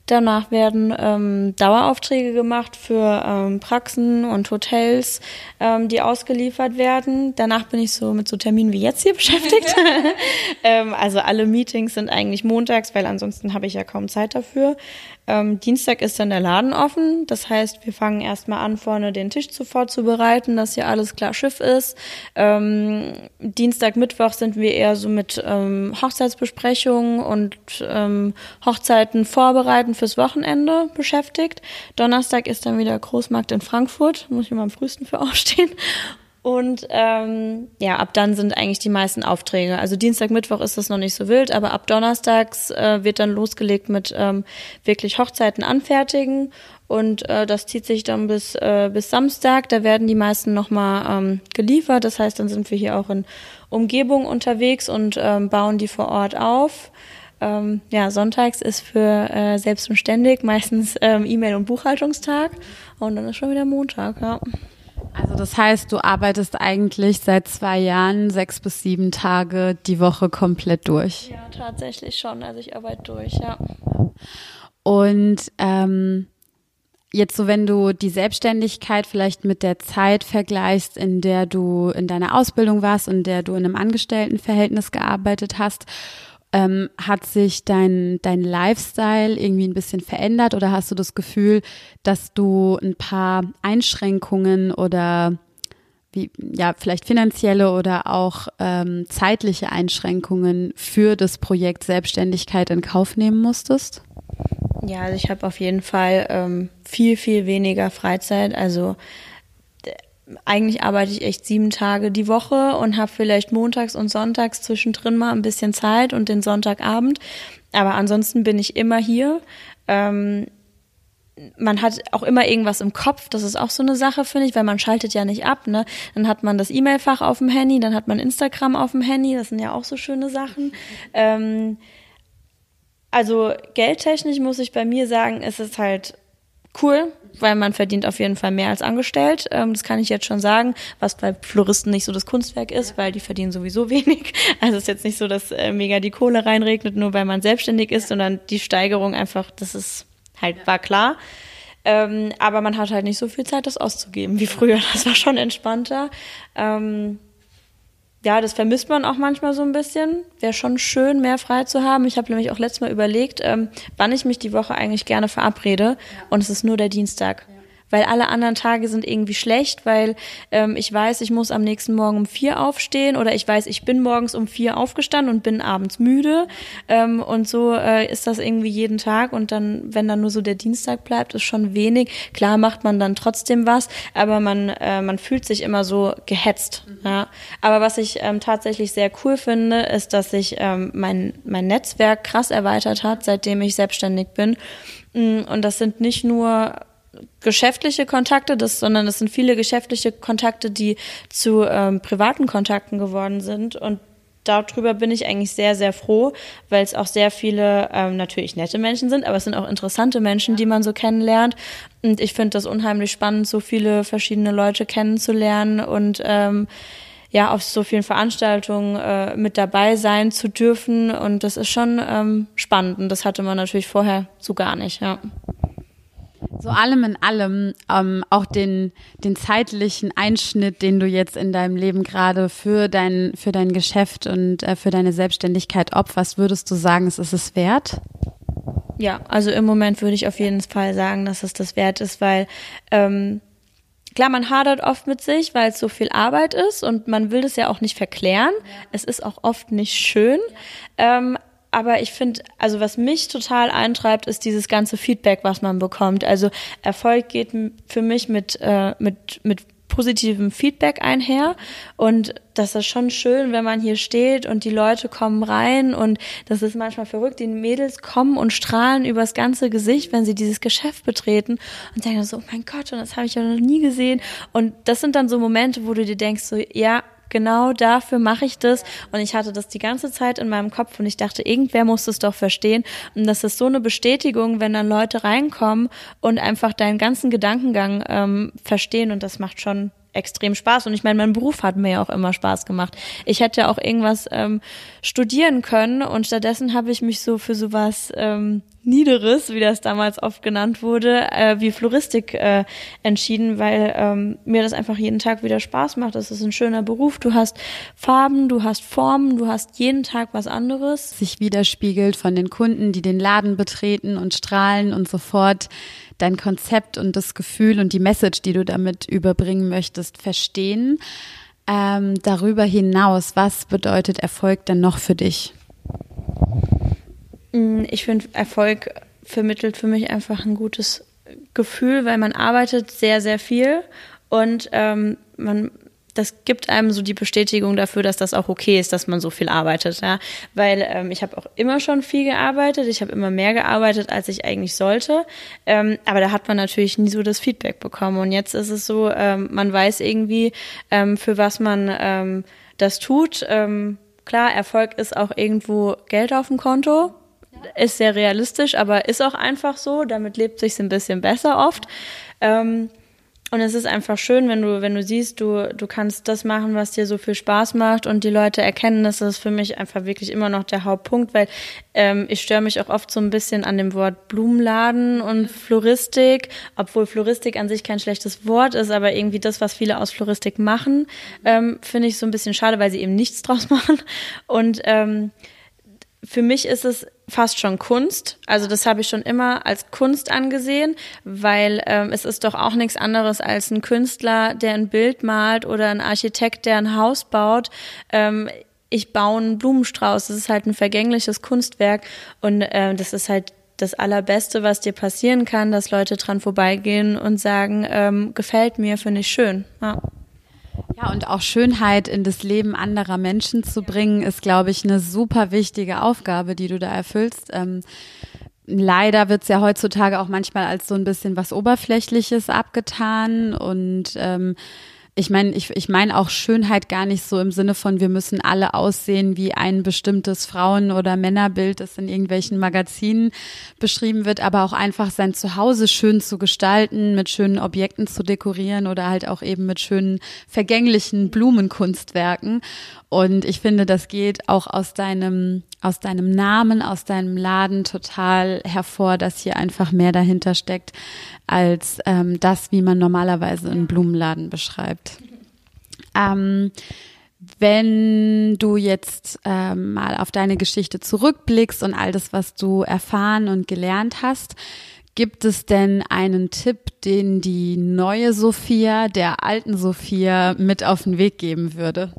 Danach werden Daueraufträge gemacht für Praxen und Hotels, die ausgeliefert werden. Danach bin ich so mit so Terminen wie jetzt hier beschäftigt. Also alle Meetings sind eigentlich montags, weil ansonsten habe ich ja kaum Zeit dafür. Dienstag ist dann der Laden offen. Das heißt, wir fangen erstmal an, vorne den Tisch vorzubereiten, dass hier alles klar Schiff ist. Dienstag, Mittwoch sind wir eher so mit Hochzeitsbesprechungen und Hochzeiten vorbereiten fürs Wochenende beschäftigt. Donnerstag ist dann wieder Großmarkt in Frankfurt. Muss ich immer am frühesten für aufstehen. Und ab dann sind eigentlich die meisten Aufträge. Also Dienstag, Mittwoch ist das noch nicht so wild, aber ab Donnerstags wird dann losgelegt mit wirklich Hochzeiten anfertigen. Und das zieht sich dann bis Samstag. Da werden die meisten nochmal geliefert. Das heißt, dann sind wir hier auch in Umgebung unterwegs und bauen die vor Ort auf. Sonntags ist für selbst und ständig meistens E-Mail- und Buchhaltungstag. Und dann ist schon wieder Montag, ja. Also das heißt, du arbeitest eigentlich seit 2 Jahren 6 bis 7 Tage die Woche komplett durch. Ja, tatsächlich schon. Also ich arbeite durch, ja. Und jetzt so, wenn du die Selbstständigkeit vielleicht mit der Zeit vergleichst, in der du in deiner Ausbildung warst, in der du in einem Angestelltenverhältnis gearbeitet hast, hat sich dein Lifestyle irgendwie ein bisschen verändert oder hast du das Gefühl, dass du ein paar Einschränkungen oder vielleicht finanzielle oder auch zeitliche Einschränkungen für das Projekt Selbstständigkeit in Kauf nehmen musstest? Ja, also ich habe auf jeden Fall viel, viel weniger Freizeit. Also eigentlich arbeite ich echt 7 Tage die Woche und habe vielleicht montags und sonntags zwischendrin mal ein bisschen Zeit und den Sonntagabend. Aber ansonsten bin ich immer hier. Man hat auch immer irgendwas im Kopf. Das ist auch so eine Sache, finde ich, weil man schaltet ja nicht ab, ne? Dann hat man das E-Mail-Fach auf dem Handy, dann hat man Instagram auf dem Handy. Das sind ja auch so schöne Sachen. Also geldtechnisch muss ich bei mir sagen, ist es halt cool, weil man verdient auf jeden Fall mehr als angestellt. Das kann ich jetzt schon sagen, was bei Floristen nicht so das Kunstwerk ist, weil die verdienen sowieso wenig. Also es ist jetzt nicht so, dass mega die Kohle reinregnet, nur weil man selbstständig ist, sondern die Steigerung einfach, das ist halt, war klar. Aber man hat halt nicht so viel Zeit, das auszugeben wie früher. Das war schon entspannter. Ja, das vermisst man auch manchmal so ein bisschen. Wäre schon schön, mehr frei zu haben. Ich habe nämlich auch letztes Mal überlegt, wann ich mich die Woche eigentlich gerne verabrede. Und es ist nur der Dienstag. Weil alle anderen Tage sind irgendwie schlecht, weil ich weiß, ich muss am nächsten Morgen um 4 aufstehen oder ich weiß, ich bin morgens um 4 aufgestanden und bin abends müde. Und so ist das irgendwie jeden Tag. Und dann, wenn dann nur so der Dienstag bleibt, ist schon wenig. Klar macht man dann trotzdem was, aber man fühlt sich immer so gehetzt. Ja. Aber was ich tatsächlich sehr cool finde, ist, dass sich mein Netzwerk krass erweitert hat, seitdem ich selbstständig bin. Und das sind nicht nur geschäftliche Kontakte, sondern es sind viele geschäftliche Kontakte, die zu privaten Kontakten geworden sind und darüber bin ich eigentlich sehr, sehr froh, weil es auch sehr viele natürlich nette Menschen sind, aber es sind auch interessante Menschen, die man so kennenlernt und ich finde das unheimlich spannend, so viele verschiedene Leute kennenzulernen und auf so vielen Veranstaltungen mit dabei sein zu dürfen und das ist schon spannend und das hatte man natürlich vorher so gar nicht, ja. So allem in allem, auch den zeitlichen Einschnitt, den du jetzt in deinem Leben gerade für dein Geschäft und für deine Selbstständigkeit opferst, würdest du sagen, es ist es wert? Ja, also im Moment würde ich auf jeden Fall sagen, dass es das wert ist, weil klar, man hadert oft mit sich, weil es so viel Arbeit ist und man will das ja auch nicht verklären. Ja. Es ist auch oft nicht schön. Ja. Aber ich finde, also was mich total eintreibt, ist dieses ganze Feedback, was man bekommt. Also Erfolg geht für mich mit positivem Feedback einher und das ist schon schön, wenn man hier steht und die Leute kommen rein und das ist manchmal verrückt, die Mädels kommen und strahlen übers ganze Gesicht, wenn sie dieses Geschäft betreten und denken so, oh mein Gott, und das habe ich ja noch nie gesehen und das sind dann so Momente, wo du dir denkst so, ja, genau dafür mache ich das und ich hatte das die ganze Zeit in meinem Kopf und ich dachte, irgendwer muss das doch verstehen und das ist so eine Bestätigung, wenn dann Leute reinkommen und einfach deinen ganzen Gedankengang verstehen und das macht schon extrem Spaß und ich meine, mein Beruf hat mir ja auch immer Spaß gemacht. Ich hätte ja auch irgendwas studieren können und stattdessen habe ich mich so für sowas Niederes, wie das damals oft genannt wurde, wie Floristik entschieden, weil mir das einfach jeden Tag wieder Spaß macht. Das ist ein schöner Beruf. Du hast Farben, du hast Formen, du hast jeden Tag was anderes. Sich widerspiegelt von den Kunden, die den Laden betreten und strahlen und sofort dein Konzept und das Gefühl und die Message, die du damit überbringen möchtest, verstehen. Darüber hinaus, was bedeutet Erfolg denn noch für dich? Ich finde, Erfolg vermittelt für mich einfach ein gutes Gefühl, weil man arbeitet sehr, sehr viel und das gibt einem so die Bestätigung dafür, dass das auch okay ist, dass man so viel arbeitet. Ja? Weil ich habe auch immer schon viel gearbeitet, ich habe immer mehr gearbeitet, als ich eigentlich sollte, aber da hat man natürlich nie so das Feedback bekommen. Und jetzt ist es so, man weiß irgendwie, für was man das tut. Klar, Erfolg ist auch irgendwo Geld auf dem Konto, ist sehr realistisch, aber ist auch einfach so, damit lebt sich's ein bisschen besser oft. Und es ist einfach schön, wenn du siehst, du kannst das machen, was dir so viel Spaß macht und die Leute erkennen, das ist für mich einfach wirklich immer noch der Hauptpunkt, weil ich störe mich auch oft so ein bisschen an dem Wort Blumenladen und Floristik, obwohl Floristik an sich kein schlechtes Wort ist, aber irgendwie das, was viele aus Floristik machen, finde ich so ein bisschen schade, weil sie eben nichts draus machen. Und für mich ist es fast schon Kunst. Also das habe ich schon immer als Kunst angesehen, weil es ist doch auch nichts anderes als ein Künstler, der ein Bild malt oder ein Architekt, der ein Haus baut. Ich baue einen Blumenstrauß. Das ist halt ein vergängliches Kunstwerk und das ist halt das Allerbeste, was dir passieren kann, dass Leute dran vorbeigehen und sagen, gefällt mir, finde ich schön. Ja. Ja, und auch Schönheit in das Leben anderer Menschen zu bringen, ist, glaube ich, eine super wichtige Aufgabe, die du da erfüllst. Leider wird es ja heutzutage auch manchmal als so ein bisschen was Oberflächliches abgetan und ich meine auch Schönheit gar nicht so im Sinne von, wir müssen alle aussehen wie ein bestimmtes Frauen- oder Männerbild, das in irgendwelchen Magazinen beschrieben wird, aber auch einfach sein Zuhause schön zu gestalten, mit schönen Objekten zu dekorieren oder halt auch eben mit schönen vergänglichen Blumenkunstwerken. Und ich finde, das geht auch aus deinem Namen, aus deinem Laden total hervor, dass hier einfach mehr dahinter steckt als das, wie man normalerweise einen Blumenladen beschreibt. Wenn du jetzt mal auf deine Geschichte zurückblickst und all das, was du erfahren und gelernt hast, gibt es denn einen Tipp, den die neue Sophia, der alten Sophia mit auf den Weg geben würde?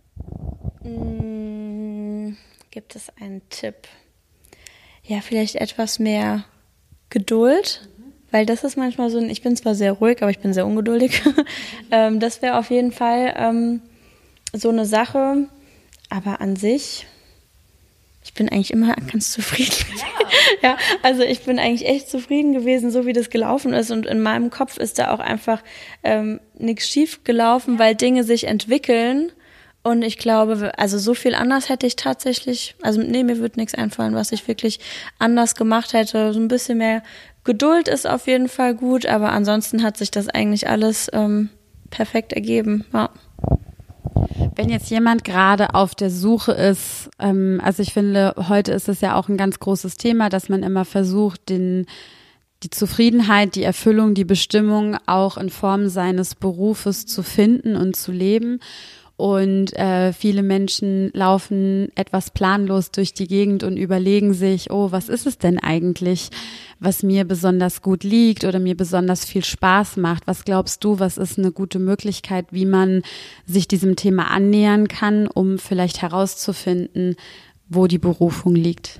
Gibt es einen Tipp? Ja, vielleicht etwas mehr Geduld, weil das ist manchmal so, ich bin zwar sehr ruhig, aber ich bin sehr ungeduldig. Das wäre auf jeden Fall so eine Sache, aber an sich, ich bin eigentlich immer ganz zufrieden. Ja, also ich bin eigentlich echt zufrieden gewesen, so wie das gelaufen ist und in meinem Kopf ist da auch einfach nichts schief gelaufen, weil Dinge sich entwickeln. Und ich glaube, also so viel anders hätte ich tatsächlich, also nee, mir wird nichts einfallen, was ich wirklich anders gemacht hätte. So ein bisschen mehr Geduld ist auf jeden Fall gut, aber ansonsten hat sich das eigentlich alles perfekt ergeben, ja. Wenn jetzt jemand gerade auf der Suche ist, also ich finde, heute ist es ja auch ein ganz großes Thema, dass man immer versucht, die Zufriedenheit, die Erfüllung, die Bestimmung auch in Form seines Berufes zu finden und zu leben. Und viele Menschen laufen etwas planlos durch die Gegend und überlegen sich, oh, was ist es denn eigentlich, was mir besonders gut liegt oder mir besonders viel Spaß macht? Was glaubst du, was ist eine gute Möglichkeit, wie man sich diesem Thema annähern kann, um vielleicht herauszufinden, wo die Berufung liegt?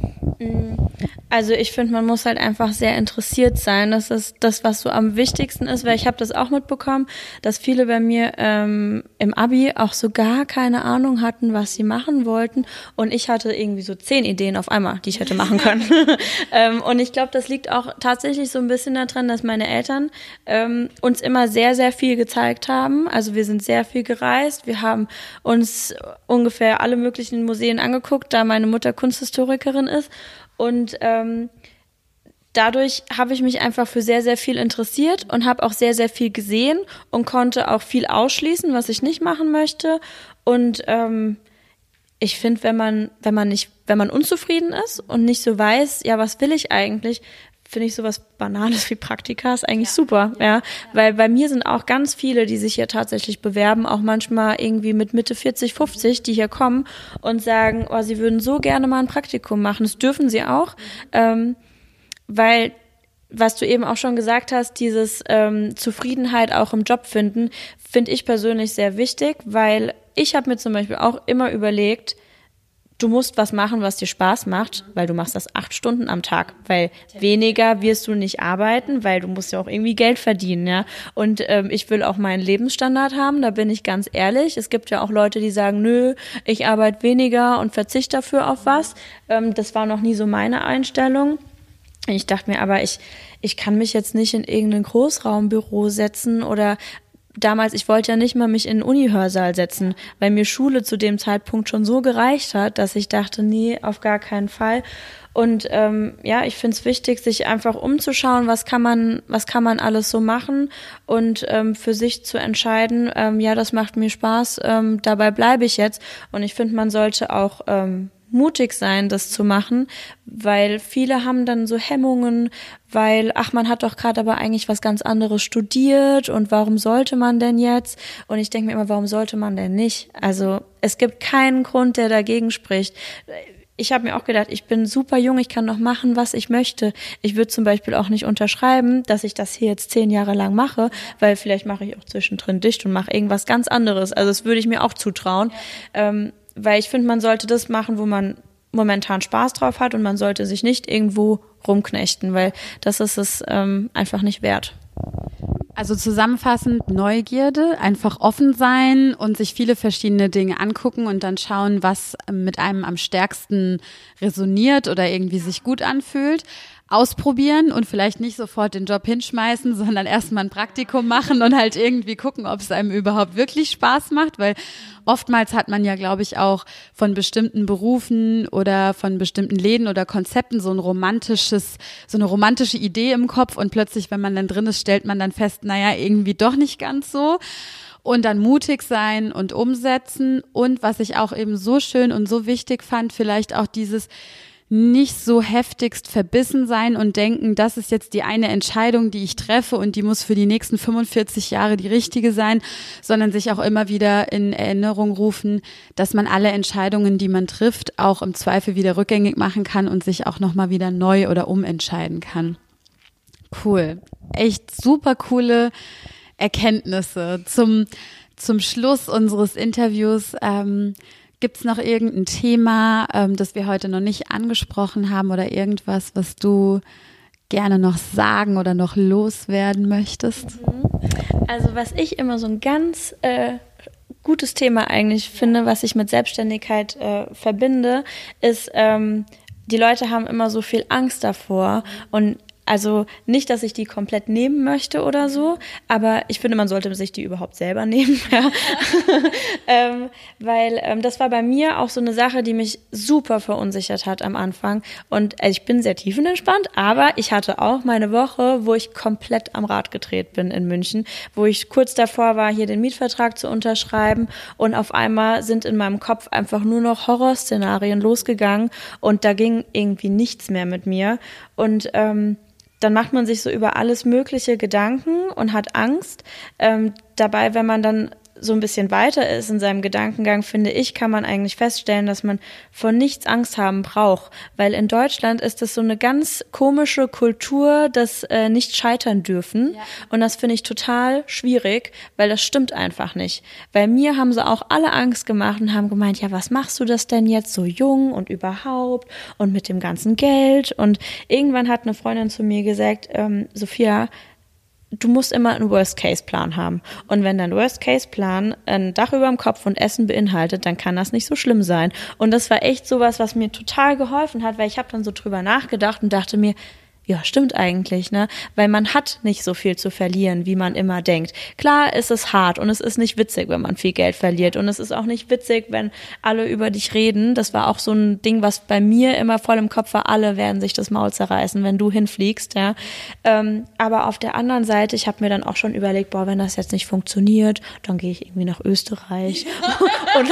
Also ich finde, man muss halt einfach sehr interessiert sein. Das ist das, was so am wichtigsten ist, weil ich habe das auch mitbekommen, dass viele bei mir im Abi auch so gar keine Ahnung hatten, was sie machen wollten. Und ich hatte irgendwie so 10 Ideen auf einmal, die ich hätte machen können. Und ich glaube, das liegt auch tatsächlich so ein bisschen daran, dass meine Eltern uns immer sehr, sehr viel gezeigt haben. Also wir sind sehr viel gereist. Wir haben uns ungefähr alle möglichen Museen angeguckt, da meine Mutter Kunsthistorikerin ist. Und dadurch habe ich mich einfach für sehr, sehr viel interessiert und habe auch sehr, sehr viel gesehen und konnte auch viel ausschließen, was ich nicht machen möchte. Und ich finde, wenn man unzufrieden ist und nicht so weiß, ja, was will ich eigentlich, finde ich sowas Banales wie Praktika ist eigentlich super, ja. Weil bei mir sind auch ganz viele, die sich hier tatsächlich bewerben, auch manchmal irgendwie mit Mitte 40, 50, die hier kommen und sagen, oh, sie würden so gerne mal ein Praktikum machen. Das dürfen sie auch, weil, was du eben auch schon gesagt hast, dieses Zufriedenheit auch im Job finden, finde ich persönlich sehr wichtig, weil ich habe mir zum Beispiel auch immer überlegt, du musst was machen, was dir Spaß macht, weil du machst das 8 Stunden am Tag, weil weniger wirst du nicht arbeiten, weil du musst ja auch irgendwie Geld verdienen, ja. Und ich will auch meinen Lebensstandard haben, da bin ich ganz ehrlich. Es gibt ja auch Leute, die sagen, nö, ich arbeite weniger und verzichte dafür auf was. Das war noch nie so meine Einstellung. Ich dachte mir aber, ich kann mich jetzt nicht in irgendein Großraumbüro setzen oder damals, ich wollte ja nicht mal mich in den Uni-Hörsaal setzen, weil mir Schule zu dem Zeitpunkt schon so gereicht hat, dass ich dachte, nee, auf gar keinen Fall. Und ich finde es wichtig, sich einfach umzuschauen, was kann man alles so machen und für sich zu entscheiden, das macht mir Spaß, dabei bleibe ich jetzt. Und ich finde, man sollte auch mutig sein, das zu machen, weil viele haben dann so Hemmungen, weil, man hat doch gerade aber eigentlich was ganz anderes studiert und warum sollte man denn jetzt? Und ich denke mir immer, warum sollte man denn nicht? Also es gibt keinen Grund, der dagegen spricht. Ich habe mir auch gedacht, ich bin super jung, ich kann noch machen, was ich möchte. Ich würde zum Beispiel auch nicht unterschreiben, dass ich das hier jetzt 10 Jahre lang mache, weil vielleicht mache ich auch zwischendrin dicht und mache irgendwas ganz anderes. Also das würde ich mir auch zutrauen. Weil ich finde, man sollte das machen, wo man momentan Spaß drauf hat und man sollte sich nicht irgendwo rumknechten, weil das ist es einfach nicht wert. Also zusammenfassend Neugierde, einfach offen sein und sich viele verschiedene Dinge angucken und dann schauen, was mit einem am stärksten resoniert oder irgendwie sich gut anfühlt. Ausprobieren und vielleicht nicht sofort den Job hinschmeißen, sondern erstmal ein Praktikum machen und halt irgendwie gucken, ob es einem überhaupt wirklich Spaß macht, weil oftmals hat man ja, glaube ich, auch von bestimmten Berufen oder von bestimmten Läden oder Konzepten so eine romantische Idee im Kopf und plötzlich, wenn man dann drin ist, stellt man dann fest, irgendwie doch nicht ganz so. Und dann mutig sein und umsetzen und was ich auch eben so schön und so wichtig fand, vielleicht auch dieses nicht so heftigst verbissen sein und denken, das ist jetzt die eine Entscheidung, die ich treffe und die muss für die nächsten 45 Jahre die richtige sein, sondern sich auch immer wieder in Erinnerung rufen, dass man alle Entscheidungen, die man trifft, auch im Zweifel wieder rückgängig machen kann und sich auch nochmal wieder neu oder umentscheiden kann. Cool. Echt super coole Erkenntnisse. Zum Schluss unseres Interviews gibt es noch irgendein Thema, das wir heute noch nicht angesprochen haben oder irgendwas, was du gerne noch sagen oder noch loswerden möchtest? Also was ich immer so ein ganz gutes Thema eigentlich finde, was ich mit Selbstständigkeit verbinde, ist, die Leute haben immer so viel Angst davor und also nicht, dass ich die komplett nehmen möchte oder so, aber ich finde, man sollte sich die überhaupt selber nehmen, ja. Weil das war bei mir auch so eine Sache, die mich super verunsichert hat am Anfang. Und ich bin sehr tiefenentspannt, aber ich hatte auch meine Woche, wo ich komplett am Rad gedreht bin in München, wo ich kurz davor war, hier den Mietvertrag zu unterschreiben und auf einmal sind in meinem Kopf einfach nur noch Horrorszenarien losgegangen und da ging irgendwie nichts mehr mit mir und dann macht man sich so über alles Mögliche Gedanken und hat Angst. Dabei, wenn man dann so ein bisschen weiter ist in seinem Gedankengang, finde ich, kann man eigentlich feststellen, dass man vor nichts Angst haben braucht. Weil in Deutschland ist das so eine ganz komische Kultur, das nicht scheitern dürfen. Ja. Und das finde ich total schwierig, weil das stimmt einfach nicht. Bei mir haben sie auch alle Angst gemacht und haben gemeint, ja, was machst du das denn jetzt so jung und überhaupt und mit dem ganzen Geld? Und irgendwann hat eine Freundin zu mir gesagt, Sophia, du musst immer einen Worst-Case-Plan haben. Und wenn dein Worst-Case-Plan ein Dach über dem Kopf und Essen beinhaltet, dann kann das nicht so schlimm sein. Und das war echt sowas, was mir total geholfen hat, weil ich habe dann so drüber nachgedacht und dachte mir, ja, stimmt eigentlich, ne? Weil man hat nicht so viel zu verlieren, wie man immer denkt. Klar ist es hart und es ist nicht witzig, wenn man viel Geld verliert und es ist auch nicht witzig, wenn alle über dich reden. Das war auch so ein Ding, was bei mir immer voll im Kopf war, alle werden sich das Maul zerreißen, wenn du hinfliegst, ja. Aber auf der anderen Seite, ich habe mir dann auch schon überlegt, boah, wenn das jetzt nicht funktioniert, dann gehe ich irgendwie nach Österreich und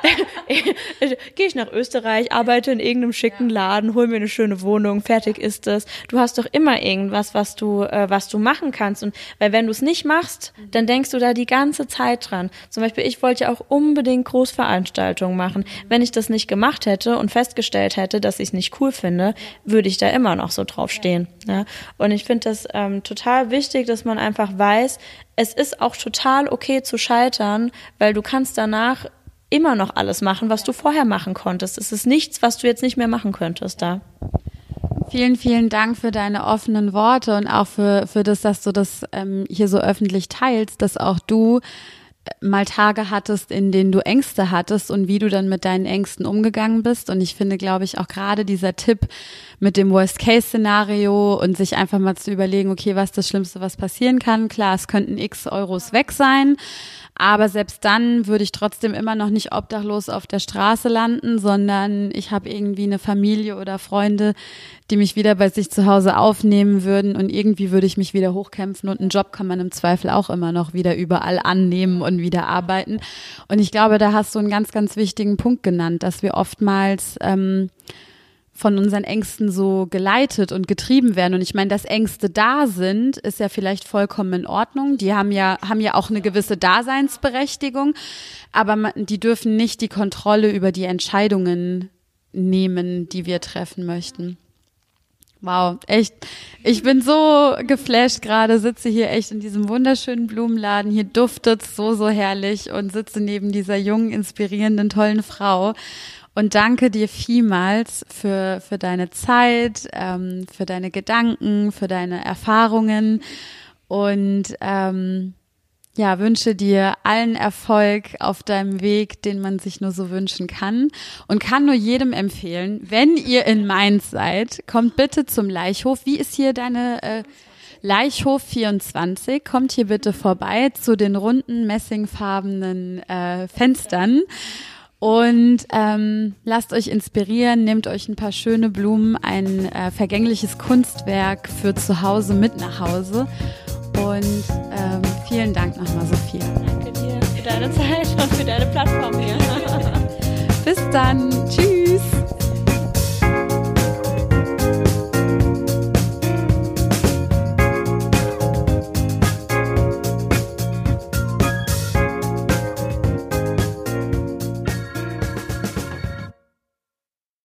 gehe ich nach Österreich, arbeite in irgendeinem schicken Laden, hol mir eine schöne Wohnung, fertig ist es. Du hast doch immer irgendwas, was du machen kannst. Und weil wenn du es nicht machst, dann denkst du da die ganze Zeit dran. Zum Beispiel, ich wollte ja auch unbedingt Großveranstaltungen machen. Wenn ich das nicht gemacht hätte und festgestellt hätte, dass ich es nicht cool finde, würde ich da immer noch so drauf stehen. Ja? Und ich finde das total wichtig, dass man einfach weiß, es ist auch total okay zu scheitern, weil du kannst danach immer noch alles machen, was du vorher machen konntest. Es ist nichts, was du jetzt nicht mehr machen könntest da. Vielen, vielen Dank für deine offenen Worte und auch für das, dass du das hier so öffentlich teilst, dass auch du mal Tage hattest, in denen du Ängste hattest und wie du dann mit deinen Ängsten umgegangen bist. Und ich finde, glaube ich, auch gerade dieser Tipp mit dem Worst-Case-Szenario und sich einfach mal zu überlegen, okay, was ist das Schlimmste, was passieren kann? Klar, es könnten x Euros weg sein, aber selbst dann würde ich trotzdem immer noch nicht obdachlos auf der Straße landen, sondern ich habe irgendwie eine Familie oder Freunde, die mich wieder bei sich zu Hause aufnehmen würden und irgendwie würde ich mich wieder hochkämpfen und einen Job kann man im Zweifel auch immer noch wieder überall annehmen und wieder arbeiten. Und ich glaube, da hast du einen ganz, ganz wichtigen Punkt genannt, dass wir oftmals von unseren Ängsten so geleitet und getrieben werden. Und ich meine, dass Ängste da sind, ist ja vielleicht vollkommen in Ordnung. Die haben ja auch eine gewisse Daseinsberechtigung, aber die dürfen nicht die Kontrolle über die Entscheidungen nehmen, die wir treffen möchten. Wow, echt. Ich bin so geflasht gerade, sitze hier echt in diesem wunderschönen Blumenladen. Hier duftet's so herrlich und sitze neben dieser jungen, inspirierenden, tollen Frau. Und danke dir vielmals für deine Zeit, für deine Gedanken, für deine Erfahrungen und wünsche dir allen Erfolg auf deinem Weg, den man sich nur so wünschen kann und kann nur jedem empfehlen, wenn ihr in Mainz seid, kommt bitte zum Laichhof. Wie ist hier deine Laichhof 24? Kommt hier bitte vorbei zu den runden, messingfarbenen Fenstern. Und lasst euch inspirieren, nehmt euch ein paar schöne Blumen, ein vergängliches Kunstwerk für zu Hause mit nach Hause. Und vielen Dank nochmal, Sophia. Danke dir für deine Zeit und für deine Plattform hier. Bis dann. Tschüss.